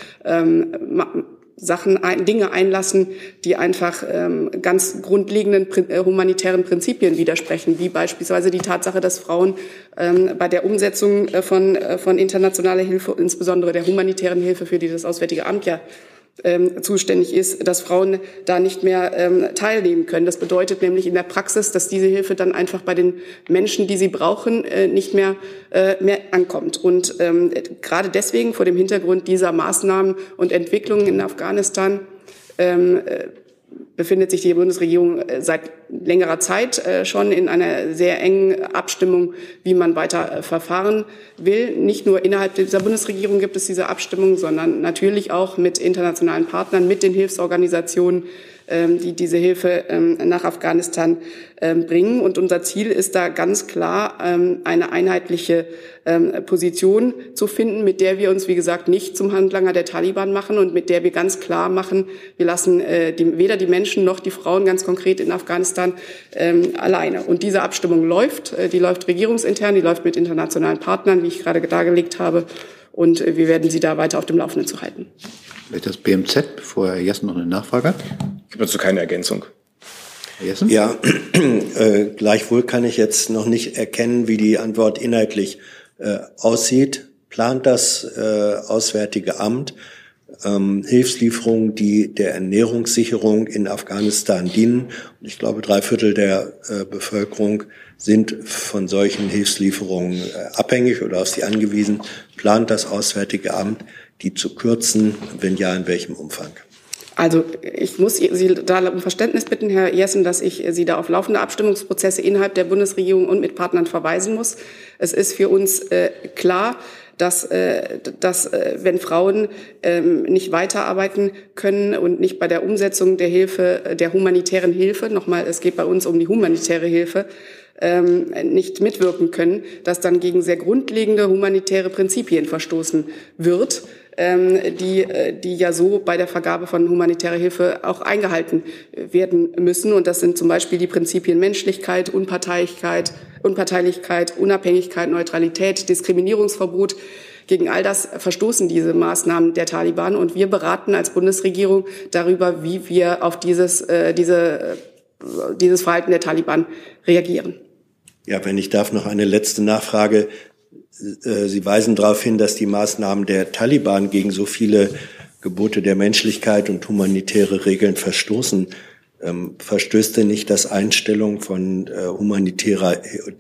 Dinge einlassen, die einfach ganz grundlegenden humanitären Prinzipien widersprechen, wie beispielsweise die Tatsache, dass Frauen bei der Umsetzung von internationaler Hilfe, insbesondere der humanitären Hilfe, für die das Auswärtige Amt ja zuständig ist, dass Frauen da nicht mehr teilnehmen können. Das bedeutet nämlich in der Praxis, dass diese Hilfe dann einfach bei den Menschen, die sie brauchen, nicht mehr ankommt. Und gerade deswegen, vor dem Hintergrund dieser Maßnahmen und Entwicklungen in Afghanistan, befindet sich die Bundesregierung seit längerer Zeit schon in einer sehr engen Abstimmung, wie man weiter verfahren will. Nicht nur innerhalb dieser Bundesregierung gibt es diese Abstimmung, sondern natürlich auch mit internationalen Partnern, mit den Hilfsorganisationen, die diese Hilfe nach Afghanistan bringen. Und unser Ziel ist da ganz klar, eine einheitliche Position zu finden, mit der wir uns, wie gesagt, nicht zum Handlanger der Taliban machen und mit der wir ganz klar machen, wir lassen weder die Menschen noch die Frauen ganz konkret in Afghanistan alleine. Und diese Abstimmung läuft, die läuft regierungsintern, die läuft mit internationalen Partnern, wie ich gerade dargelegt habe. Und wir werden Sie da weiter auf dem Laufenden zu halten. Vielleicht das BMZ, bevor Herr Jessen noch eine Nachfrage hat. Ich habe dazu keine Ergänzung. Herr Jessen? Ja, gleichwohl kann ich jetzt noch nicht erkennen, wie die Antwort inhaltlich aussieht. Plant das Auswärtige Amt Hilfslieferungen, die der Ernährungssicherung in Afghanistan dienen? Und ich glaube, 3/4 der Bevölkerung sind von solchen Hilfslieferungen abhängig oder auf sie angewiesen. Plant das Auswärtige Amt, die zu kürzen? Wenn ja, in welchem Umfang? Also ich muss Sie da um Verständnis bitten, Herr Jessen, dass ich Sie da auf laufende Abstimmungsprozesse innerhalb der Bundesregierung und mit Partnern verweisen muss. Es ist für uns klar, dass wenn Frauen nicht weiterarbeiten können und nicht bei der Umsetzung der Hilfe, der humanitären Hilfe, nochmal, es geht bei uns um die humanitäre Hilfe, nicht mitwirken können, dass dann gegen sehr grundlegende humanitäre Prinzipien verstoßen wird, die ja so bei der Vergabe von humanitärer Hilfe auch eingehalten werden müssen. Und das sind zum Beispiel die Prinzipien Menschlichkeit, Unparteilichkeit, Unabhängigkeit, Neutralität, Diskriminierungsverbot. Gegen all das verstoßen diese Maßnahmen der Taliban. Und wir beraten als Bundesregierung darüber, wie wir auf dieses Verhalten der Taliban reagieren. Ja, wenn ich darf, noch eine letzte Nachfrage. Sie weisen darauf hin, dass die Maßnahmen der Taliban gegen so viele Gebote der Menschlichkeit und humanitäre Regeln verstoßen. Verstößt denn nicht die Einstellung humanitärer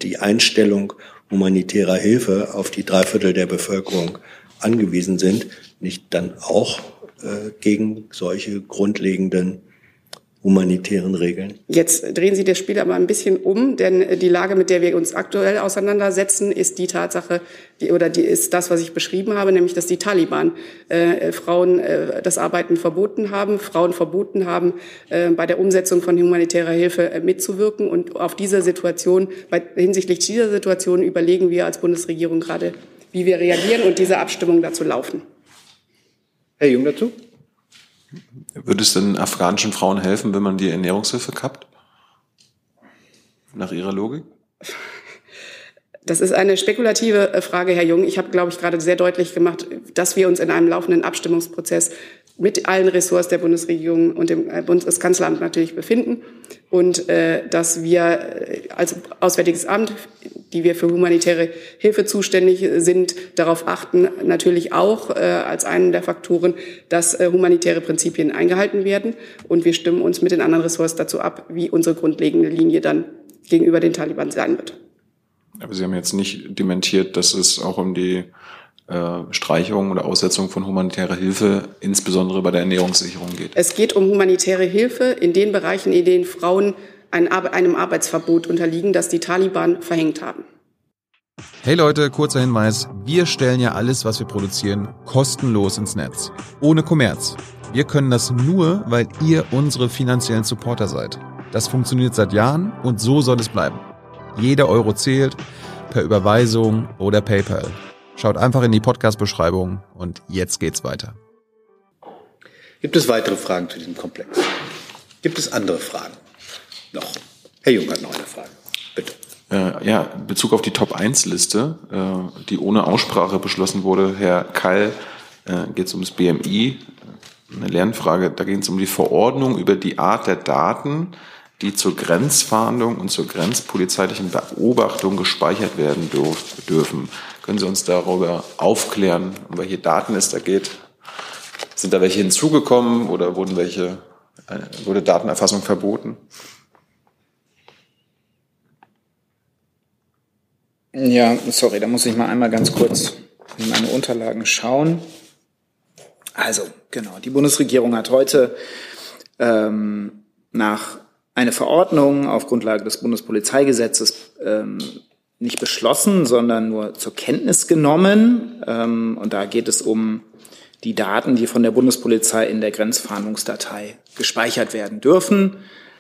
Hilfe, auf die 3/4 der Bevölkerung angewiesen sind, nicht dann auch gegen solche grundlegenden humanitären Regeln? Jetzt drehen Sie das Spiel aber ein bisschen um, denn die Lage, mit der wir uns aktuell auseinandersetzen, ist die Tatsache, ist das, was ich beschrieben habe, nämlich, dass die Taliban Frauen das Arbeiten verboten haben, Frauen verboten haben, bei der Umsetzung von humanitärer Hilfe mitzuwirken. Und auf diese Situation, hinsichtlich dieser Situation überlegen wir als Bundesregierung gerade, wie wir reagieren und diese Abstimmungen dazu laufen. Herr Jung dazu? Würde es denn afghanischen Frauen helfen, wenn man die Ernährungshilfe kappt? Nach Ihrer Logik? Das ist eine spekulative Frage, Herr Jung. Ich habe, glaube ich, gerade sehr deutlich gemacht, dass wir uns in einem laufenden Abstimmungsprozess mit allen Ressorts der Bundesregierung und dem Bundeskanzleramt natürlich befinden und dass wir als Auswärtiges Amt, die wir für humanitäre Hilfe zuständig sind, darauf achten, natürlich auch als einen der Faktoren, dass humanitäre Prinzipien eingehalten werden. Und wir stimmen uns mit den anderen Ressorts dazu ab, wie unsere grundlegende Linie dann gegenüber den Taliban sein wird. Aber Sie haben jetzt nicht dementiert, dass es auch um die Streichung oder Aussetzung von humanitärer Hilfe, insbesondere bei der Ernährungssicherung geht. Es geht um humanitäre Hilfe in den Bereichen, in denen Frauen einem Arbeitsverbot unterliegen, das die Taliban verhängt haben. Hey Leute, kurzer Hinweis. Wir stellen ja alles, was wir produzieren, kostenlos ins Netz. Ohne Kommerz. Wir können das nur, weil ihr unsere finanziellen Supporter seid. Das funktioniert seit Jahren und so soll es bleiben. Jeder Euro zählt, per Überweisung oder PayPal. Schaut einfach in die Podcast-Beschreibung und jetzt geht's weiter. Gibt es weitere Fragen zu diesem Komplex? Gibt es andere Fragen noch? Herr Jung hat noch eine Frage. Bitte. Ja, in Bezug auf die Top-1-Liste, die ohne Aussprache beschlossen wurde, Herr Keil, geht es ums BMI. Eine Lernfrage, da geht es um die Verordnung über die Art der Daten, die zur Grenzfahndung und zur grenzpolizeilichen Beobachtung gespeichert werden dürfen. Können Sie uns darüber aufklären, um welche Daten es da geht? Sind da welche hinzugekommen oder wurde Datenerfassung verboten? Ja, sorry, da muss ich mal einmal ganz kurz in meine Unterlagen schauen. Also, genau, die Bundesregierung hat heute nach eine Verordnung auf Grundlage des Bundespolizeigesetzes nicht beschlossen, sondern nur zur Kenntnis genommen. Und da geht es um die Daten, die von der Bundespolizei in der Grenzfahndungsdatei gespeichert werden dürfen.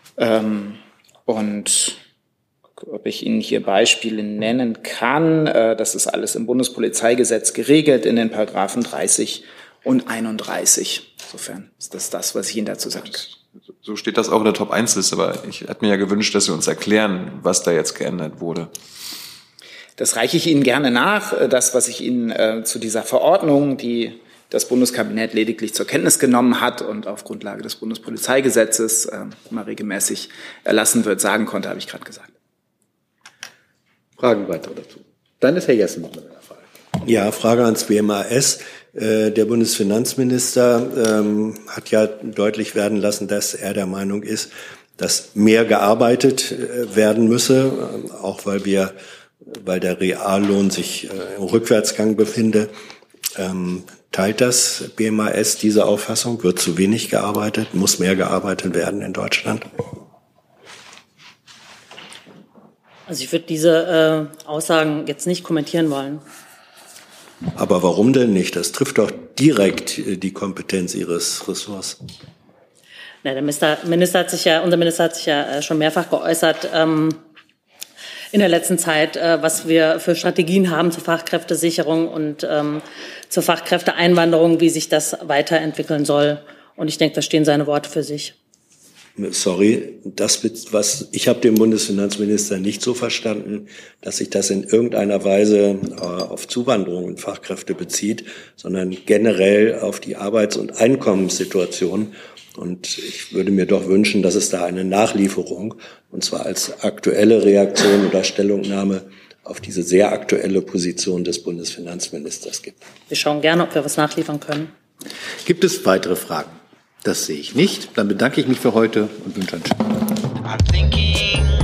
Und ob ich Ihnen hier Beispiele nennen kann, das ist alles im Bundespolizeigesetz geregelt in den Paragraphen 30 und 31. Insofern ist das, was ich Ihnen dazu sagen kann. So steht das auch in der Top-1-Liste, aber ich hätte mir ja gewünscht, dass Sie uns erklären, was da jetzt geändert wurde. Das reiche ich Ihnen gerne nach. Das, was ich Ihnen zu dieser Verordnung, die das Bundeskabinett lediglich zur Kenntnis genommen hat und auf Grundlage des Bundespolizeigesetzes immer regelmäßig erlassen wird, sagen konnte, habe ich gerade gesagt. Fragen weitere dazu? Dann ist Herr Jessen noch mit einer Frage. Ja, Frage ans BMAS. Der Bundesfinanzminister hat ja deutlich werden lassen, dass er der Meinung ist, dass mehr gearbeitet werden müsse, auch weil der Reallohn sich im Rückwärtsgang befinde. Teilt das BMAS diese Auffassung? Wird zu wenig gearbeitet? Muss mehr gearbeitet werden in Deutschland? Also ich würde diese Aussagen jetzt nicht kommentieren wollen. Aber warum denn nicht? Das trifft doch direkt die Kompetenz Ihres Ressorts. Na, unser Minister hat sich ja schon mehrfach geäußert in der letzten Zeit, was wir für Strategien haben zur Fachkräftesicherung und zur Fachkräfteeinwanderung, wie sich das weiterentwickeln soll. Und ich denke, da stehen seine Worte für sich. Sorry, ich habe den Bundesfinanzminister nicht so verstanden, dass sich das in irgendeiner Weise auf Zuwanderung und Fachkräfte bezieht, sondern generell auf die Arbeits- und Einkommenssituation. Und ich würde mir doch wünschen, dass es da eine Nachlieferung, und zwar als aktuelle Reaktion oder Stellungnahme auf diese sehr aktuelle Position des Bundesfinanzministers gibt. Wir schauen gerne, ob wir was nachliefern können. Gibt es weitere Fragen? Das sehe ich nicht. Dann bedanke ich mich für heute und wünsche einen schönen Tag.